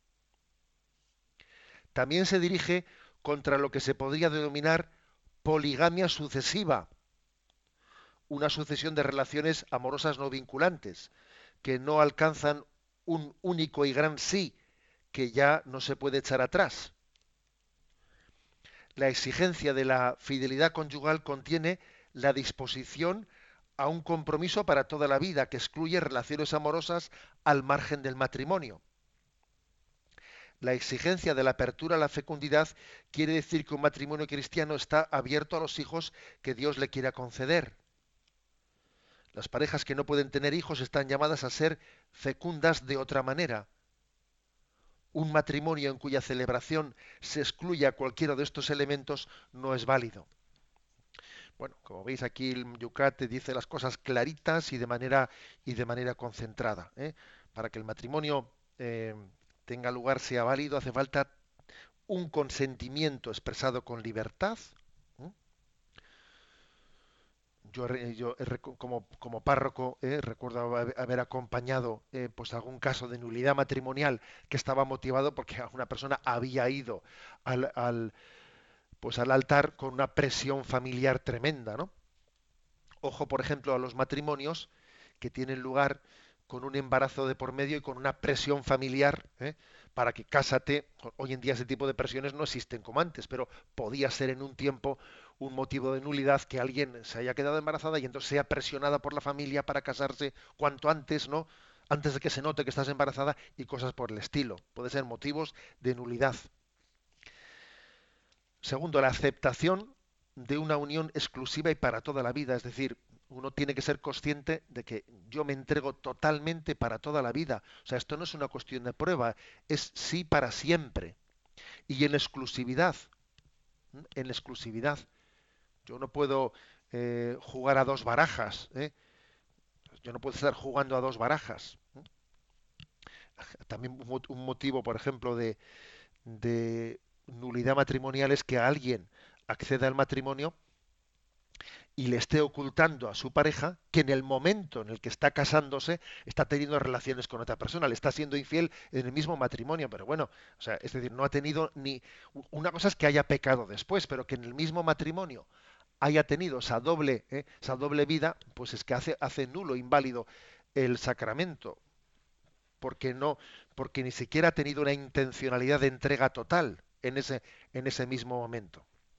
También se dirige contra lo que se podría denominar poligamia sucesiva, una sucesión de relaciones amorosas no vinculantes, que no alcanzan un único y gran sí, que ya no se puede echar atrás. La exigencia de la fidelidad conyugal contiene la disposición a un compromiso para toda la vida, que excluye relaciones amorosas al margen del matrimonio. La exigencia de la apertura a la fecundidad quiere decir que un matrimonio cristiano está abierto a los hijos que Dios le quiera conceder. Las parejas que no pueden tener hijos están llamadas a ser fecundas de otra manera. Un matrimonio en cuya celebración se excluya cualquiera de estos elementos no es válido. Bueno, como veis aquí el Yucat dice las cosas claritas y de manera y de manera concentrada, ¿eh? Para que el matrimonio eh, tenga lugar, sea válido, hace falta un consentimiento expresado con libertad. ¿eh? Yo, yo como, como párroco eh, recuerdo haber acompañado eh, pues algún caso de nulidad matrimonial que estaba motivado porque una persona había ido al, al pues al altar con una presión familiar tremenda, ¿no? Ojo, por ejemplo, a los matrimonios que tienen lugar con un embarazo de por medio y con una presión familiar, ¿eh? Para que cásate. Hoy en día ese tipo de presiones no existen como antes, pero podía ser en un tiempo un motivo de nulidad que alguien se haya quedado embarazada y entonces sea presionada por la familia para casarse cuanto antes, ¿no? Antes de que se note que estás embarazada y cosas por el estilo. Puede ser motivos de nulidad. Segundo, la aceptación de una unión exclusiva y para toda la vida, es decir, uno tiene que ser consciente de que yo me entrego totalmente para toda la vida. O sea, esto no es una cuestión de prueba, es sí para siempre. Y en exclusividad, en exclusividad. Yo no puedo eh, jugar a dos barajas, ¿eh? Yo no puedo estar jugando a dos barajas. También un motivo, por ejemplo, de, de nulidad matrimonial es que alguien acceda al matrimonio y le esté ocultando a su pareja que en el momento en el que está casándose está teniendo relaciones con otra persona, le está siendo infiel en el mismo matrimonio, pero bueno, o sea, es decir, no ha tenido ni... Una cosa es que haya pecado después, pero que en el mismo matrimonio haya tenido esa doble, ¿eh? esa doble vida, pues es que hace, hace nulo, inválido el sacramento, porque no, porque ni siquiera ha tenido una intencionalidad de entrega total en ese, en ese mismo momento.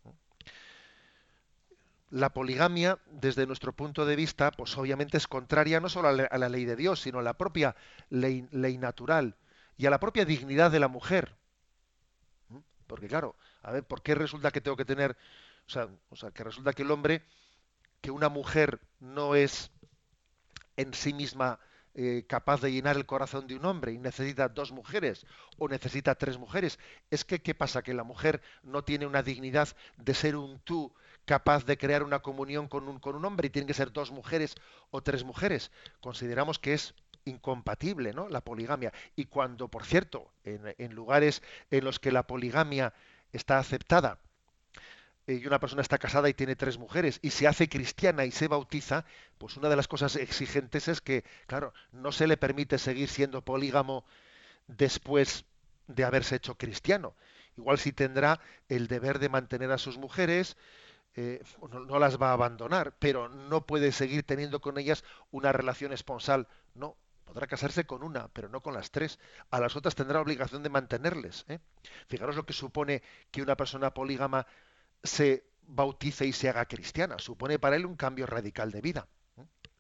La poligamia, desde nuestro punto de vista, pues obviamente es contraria no solo a la, a la ley de Dios, sino a la propia ley, ley natural y a la propia dignidad de la mujer. Porque claro, a ver, ¿por qué resulta que tengo que tener, o sea, o sea, que resulta que el hombre, que una mujer no es en sí misma eh, capaz de llenar el corazón de un hombre y necesita dos mujeres o necesita tres mujeres? Es que, ¿qué pasa? Que la mujer no tiene una dignidad de ser un tú capaz de crear una comunión con un, con un hombre y tienen que ser dos mujeres o tres mujeres. Consideramos que es incompatible, ¿no?, la poligamia. Y cuando, por cierto, en, en lugares en los que la poligamia está aceptada y una persona está casada y tiene tres mujeres y se hace cristiana y se bautiza, pues una de las cosas exigentes es que, claro, no se le permite seguir siendo polígamo después de haberse hecho cristiano. Igual sí tendrá el deber de mantener a sus mujeres, eh, no, no las va a abandonar, pero no puede seguir teniendo con ellas una relación esponsal. No, Podrá casarse con una, pero no con las tres. A las otras tendrá obligación de mantenerles. ¿eh? Fijaros lo que supone que una persona polígama se bautice y se haga cristiana. Supone para él un cambio radical de vida. ¿eh?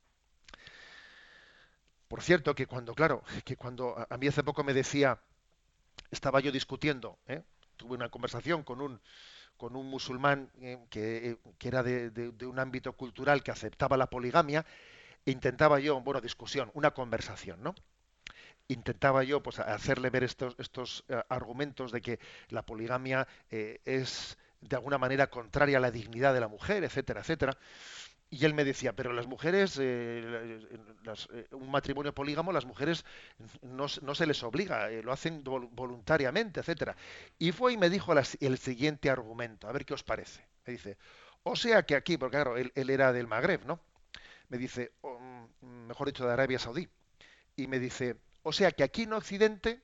Por cierto, que cuando, claro, que cuando a a mí hace poco me decía, estaba yo discutiendo, ¿eh? tuve una conversación con un con un musulmán eh, que, eh, que era de, de- de un ámbito cultural que aceptaba la poligamia, e intentaba yo, bueno, discusión, una conversación, ¿no? Intentaba yo pues hacerle ver estos estos eh, argumentos de que la poligamia eh, es de alguna manera contraria a la dignidad de la mujer, etcétera, etcétera. Y él me decía, pero las mujeres, eh, las- eh, un matrimonio polígamo, las mujeres no, se no se les obliga, eh, lo hacen vol- voluntariamente, etcétera. Y fue y me dijo las- el siguiente argumento, a ver qué os parece. Me dice, o sea que aquí, porque claro, él, él era del Magreb, ¿no? Me dice, o, mm, mejor dicho, de Arabia Saudí. Y me dice, o sea que aquí en Occidente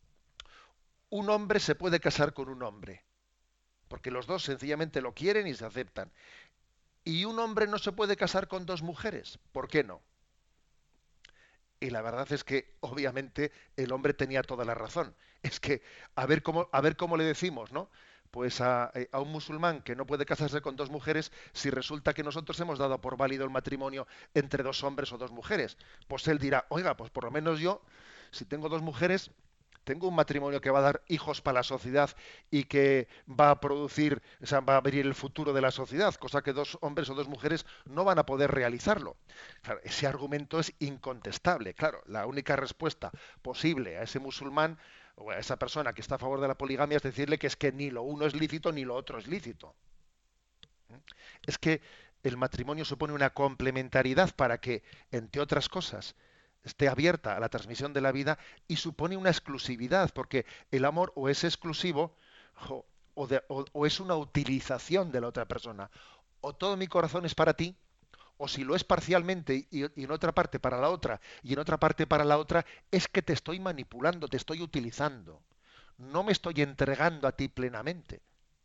un hombre se puede casar con un hombre, porque los dos sencillamente lo quieren y se aceptan. Y un hombre no se puede casar con dos mujeres, ¿por qué no? Y la verdad es que obviamente el hombre tenía toda la razón. Es que a ver cómo, a ver cómo le decimos, ¿no? Pues a, eh, a un musulmán que no puede casarse con dos mujeres si resulta que nosotros hemos dado por válido el matrimonio entre dos hombres o dos mujeres. Pues él dirá, oiga, pues por lo menos yo, si tengo dos mujeres, tengo un matrimonio que va a dar hijos para la sociedad y que va a producir, o sea, va a abrir el futuro de la sociedad, cosa que dos hombres o dos mujeres no van a poder realizarlo. Claro, ese argumento es incontestable. Claro, la única respuesta posible a ese musulmán o a esa persona que está a favor de la poligamia es decirle que es que ni lo uno es lícito ni lo otro es lícito. ¿Mm? Es que el matrimonio supone una complementariedad para que, entre otras cosas, esté abierta a la transmisión de la vida, y supone una exclusividad, porque el amor o es exclusivo o, o de- o- o es una utilización de la otra persona. O todo mi corazón es para ti, o si lo es parcialmente y, y en otra parte para la otra y en otra parte para la otra, es que te estoy manipulando, te estoy utilizando. No me estoy entregando a ti plenamente.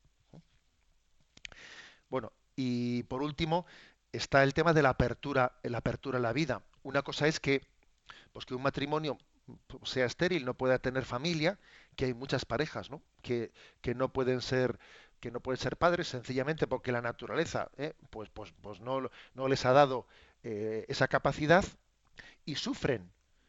Bueno, y por último está el tema de la apertura, la apertura a la vida. Una cosa es que, pues que un matrimonio pues, sea estéril, no pueda tener familia, que hay muchas parejas, ¿no? Que, que no pueden ser que no pueden ser padres sencillamente porque la naturaleza, ¿eh? pues, pues, pues no, no les ha dado eh, esa capacidad y sufren.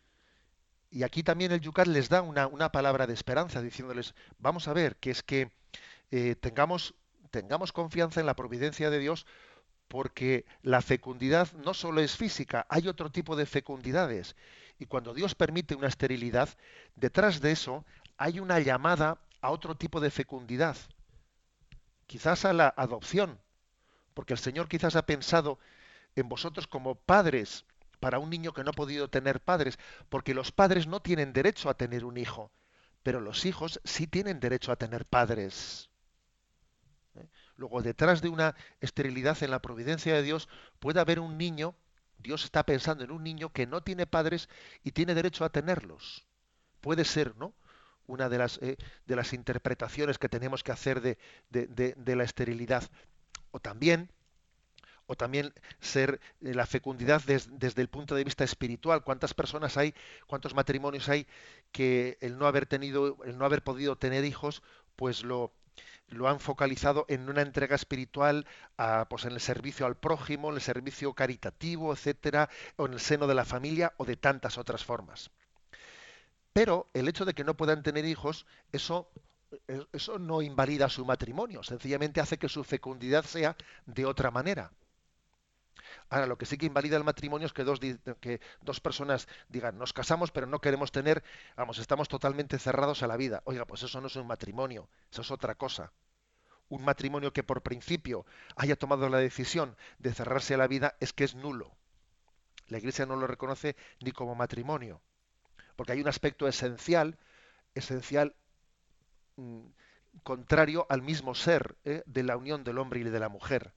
Y aquí también el Yucat les da una, una palabra de esperanza, diciéndoles, vamos a ver, que es que eh, tengamos, tengamos confianza en la providencia de Dios, porque la fecundidad no solo es física, hay otro tipo de fecundidades. Y cuando Dios permite una esterilidad, detrás de eso hay una llamada a otro tipo de fecundidad, quizás a la adopción, porque el Señor quizás ha pensado en vosotros como padres para un niño que no ha podido tener padres, porque los padres no tienen derecho a tener un hijo, pero los hijos sí tienen derecho a tener padres. ¿eh? Luego, detrás de una esterilidad en la providencia de Dios, puede haber un niño, Dios está pensando en un niño que no tiene padres y tiene derecho a tenerlos. Puede ser, ¿no? Una de las, eh, de las interpretaciones que tenemos que hacer de, de- de- de la esterilidad. O también, o también ser eh, la fecundidad des- desde el punto de vista espiritual. ¿Cuántas personas hay, cuántos matrimonios hay que el no haber tenido, el no haber podido tener hijos, pues lo lo han focalizado en una entrega espiritual, a, pues en el servicio al prójimo, en el servicio caritativo, etcétera, o en el seno de la familia o de tantas otras formas. Pero el hecho de que no puedan tener hijos, eso, eh, eso no invalida su matrimonio, sencillamente hace que su fecundidad sea de otra manera. Ahora, lo que sí que invalida el matrimonio es que dos, di- que dos personas digan, nos casamos pero no queremos tener, vamos, estamos totalmente cerrados a la vida. Oiga, pues eso no es un matrimonio, eso es otra cosa. Un matrimonio que por principio haya tomado la decisión de cerrarse a la vida es que es nulo. La Iglesia no lo reconoce ni como matrimonio, porque hay un aspecto esencial, esencial mm, contrario al mismo ser, ¿eh? de la unión del hombre y de la mujer.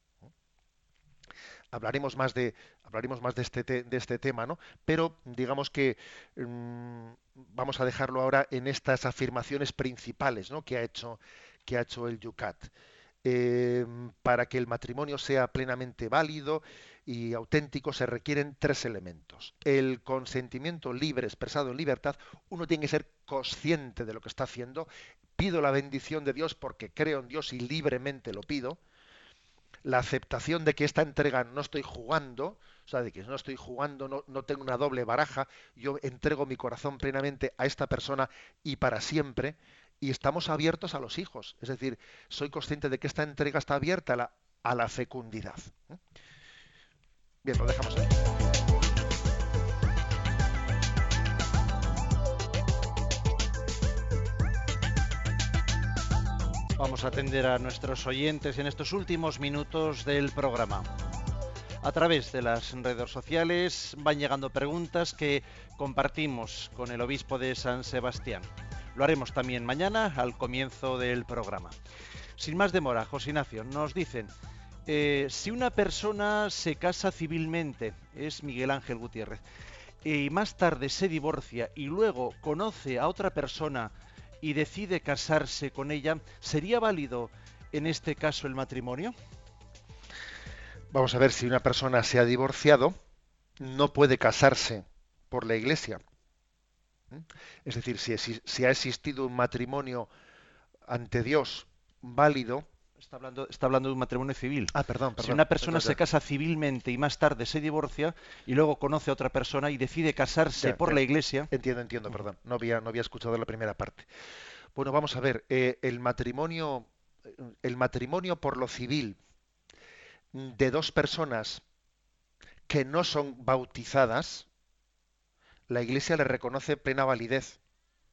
Hablaremos más de hablaremos más de este te- de este tema, ¿no? Pero digamos que mm, vamos a dejarlo ahora en estas afirmaciones principales, ¿no? que ha hecho que ha hecho el Yucat. Eh, para que el matrimonio sea plenamente válido y auténtico se requieren tres elementos. El consentimiento libre, expresado en libertad. Uno tiene que ser consciente de lo que está haciendo. Pido la bendición de Dios porque creo en Dios y libremente lo pido. La aceptación de que esta entrega no estoy jugando, o sea, de que no estoy jugando, no, no tengo una doble baraja, yo entrego mi corazón plenamente a esta persona y para siempre, y estamos abiertos a los hijos. Es decir, soy consciente de que esta entrega está abierta a la, a la fecundidad. Bien, lo dejamos ahí. Vamos a atender a nuestros oyentes en estos últimos minutos del programa. A través de las redes sociales van llegando preguntas que compartimos con el obispo de San Sebastián. Lo haremos también mañana al comienzo del programa. Sin más demora, José Ignacio, nos dicen, eh, si una persona se casa civilmente, es Miguel Ángel Gutiérrez, y más tarde se divorcia y luego conoce a otra persona y decide casarse con ella, ¿sería válido en este caso el matrimonio? Vamos a ver, si una persona se ha divorciado, no puede casarse por la Iglesia. Es decir, si, si ha existido un matrimonio ante Dios válido. Está hablando, está hablando de un matrimonio civil. Ah, perdón, perdón. Si una persona perdón, se casa civilmente y más tarde se divorcia y luego conoce a otra persona y decide casarse ya, por ya. la Iglesia. Entiendo, entiendo, perdón. No había, no había escuchado la primera parte. Bueno, vamos a ver. Eh, el matrimonio, el matrimonio por lo civil de dos personas que no son bautizadas, la Iglesia le reconoce plena validez.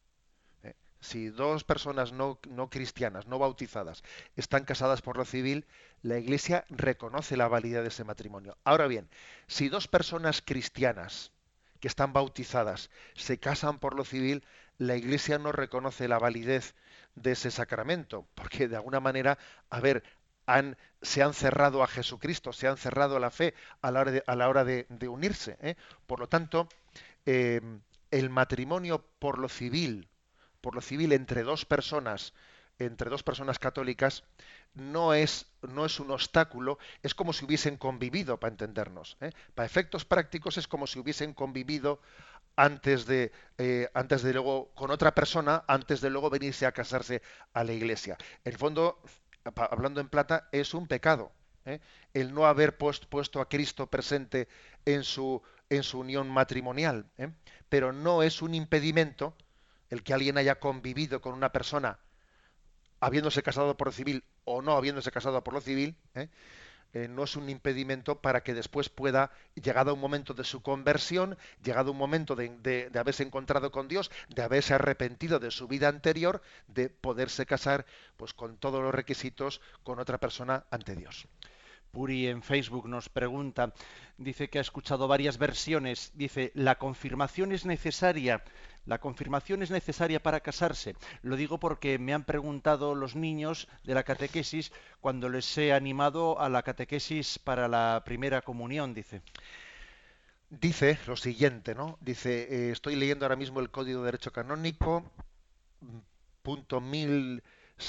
Si dos personas no, no cristianas, no bautizadas, están casadas por lo civil, la Iglesia reconoce la validez de ese matrimonio. Ahora bien, si dos personas cristianas que están bautizadas se casan por lo civil, la Iglesia no reconoce la validez de ese sacramento, porque de alguna manera, a ver, han, se han cerrado a Jesucristo, se han cerrado a la fe a la hora de, a la hora de, de unirse, ¿eh? Por lo tanto, eh, el matrimonio por lo civil, por lo civil entre dos personas, entre dos personas católicas, no es, no es un obstáculo, es como si hubiesen convivido, para entendernos, ¿eh? Para efectos prácticos es como si hubiesen convivido antes de, eh, antes de luego, con otra persona, antes de luego venirse a casarse a la Iglesia. En el fondo, hablando en plata, es un pecado, ¿eh? El no haber puesto, puesto a Cristo presente en su, en su unión matrimonial, ¿eh? Pero no es un impedimento el que alguien haya convivido con una persona habiéndose casado por lo civil o no habiéndose casado por lo civil, ¿eh? Eh, no es un impedimento para que después pueda, llegado un momento de su conversión, llegado un momento de, de, de haberse encontrado con Dios, de haberse arrepentido de su vida anterior, de poderse casar pues con todos los requisitos con otra persona ante Dios. Puri en Facebook nos pregunta, dice que ha escuchado varias versiones, dice, ¿la confirmación es necesaria? ¿La confirmación es necesaria para casarse? Lo digo porque me han preguntado los niños de la catequesis cuando les he animado a la catequesis para la primera comunión, dice. Dice lo siguiente, ¿no? Dice, eh, estoy leyendo ahora mismo el Código de Derecho Canónico, punto mil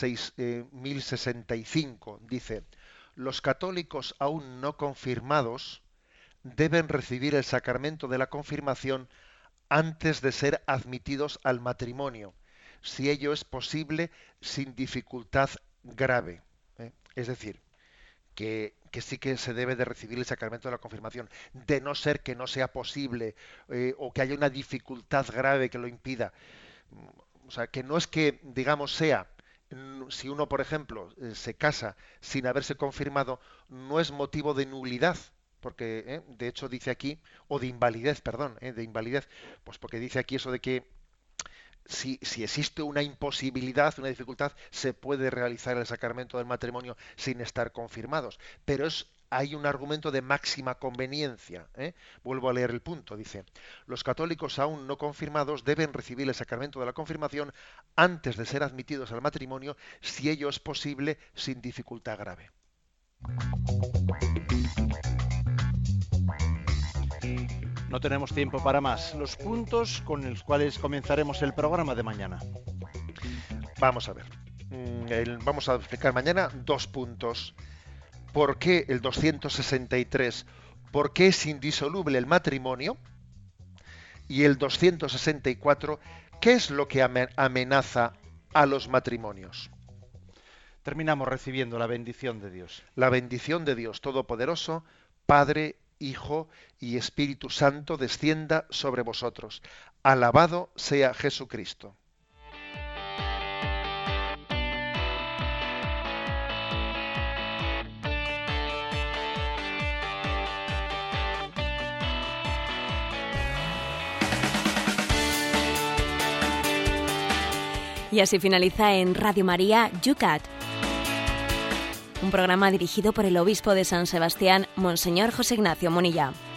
sesenta y cinco, dice, los católicos aún no confirmados deben recibir el sacramento de la confirmación antes de ser admitidos al matrimonio, si ello es posible sin dificultad grave. ¿eh? Es decir, que, que sí que se debe de recibir el sacramento de la confirmación, de no ser que no sea posible eh, o que haya una dificultad grave que lo impida. O sea, que no es que, digamos, sea, si uno, por ejemplo, se casa sin haberse confirmado, no es motivo de nulidad, porque ¿eh? de hecho dice aquí, o de invalidez, perdón, ¿eh? de invalidez, pues porque dice aquí eso de que si, si existe una imposibilidad, una dificultad, se puede realizar el sacramento del matrimonio sin estar confirmados, pero es hay un argumento de máxima conveniencia. ¿eh? Vuelvo a leer el punto. Dice, los católicos aún no confirmados deben recibir el sacramento de la confirmación antes de ser admitidos al matrimonio, si ello es posible sin dificultad grave. No tenemos tiempo para más. Los puntos con los cuales comenzaremos el programa de mañana. Vamos a ver. El, vamos a explicar mañana dos puntos. ¿Por qué el doscientos sesenta y tres ¿por qué es indisoluble el matrimonio? Y el doscientos sesenta y cuatro, ¿qué es lo que amenaza a los matrimonios? Terminamos recibiendo la bendición de Dios. La bendición de Dios Todopoderoso, Padre, Hijo y Espíritu Santo, descienda sobre vosotros. Alabado sea Jesucristo. Y así finaliza en Radio María Yucat, un programa dirigido por el obispo de San Sebastián, Monseñor José Ignacio Munilla.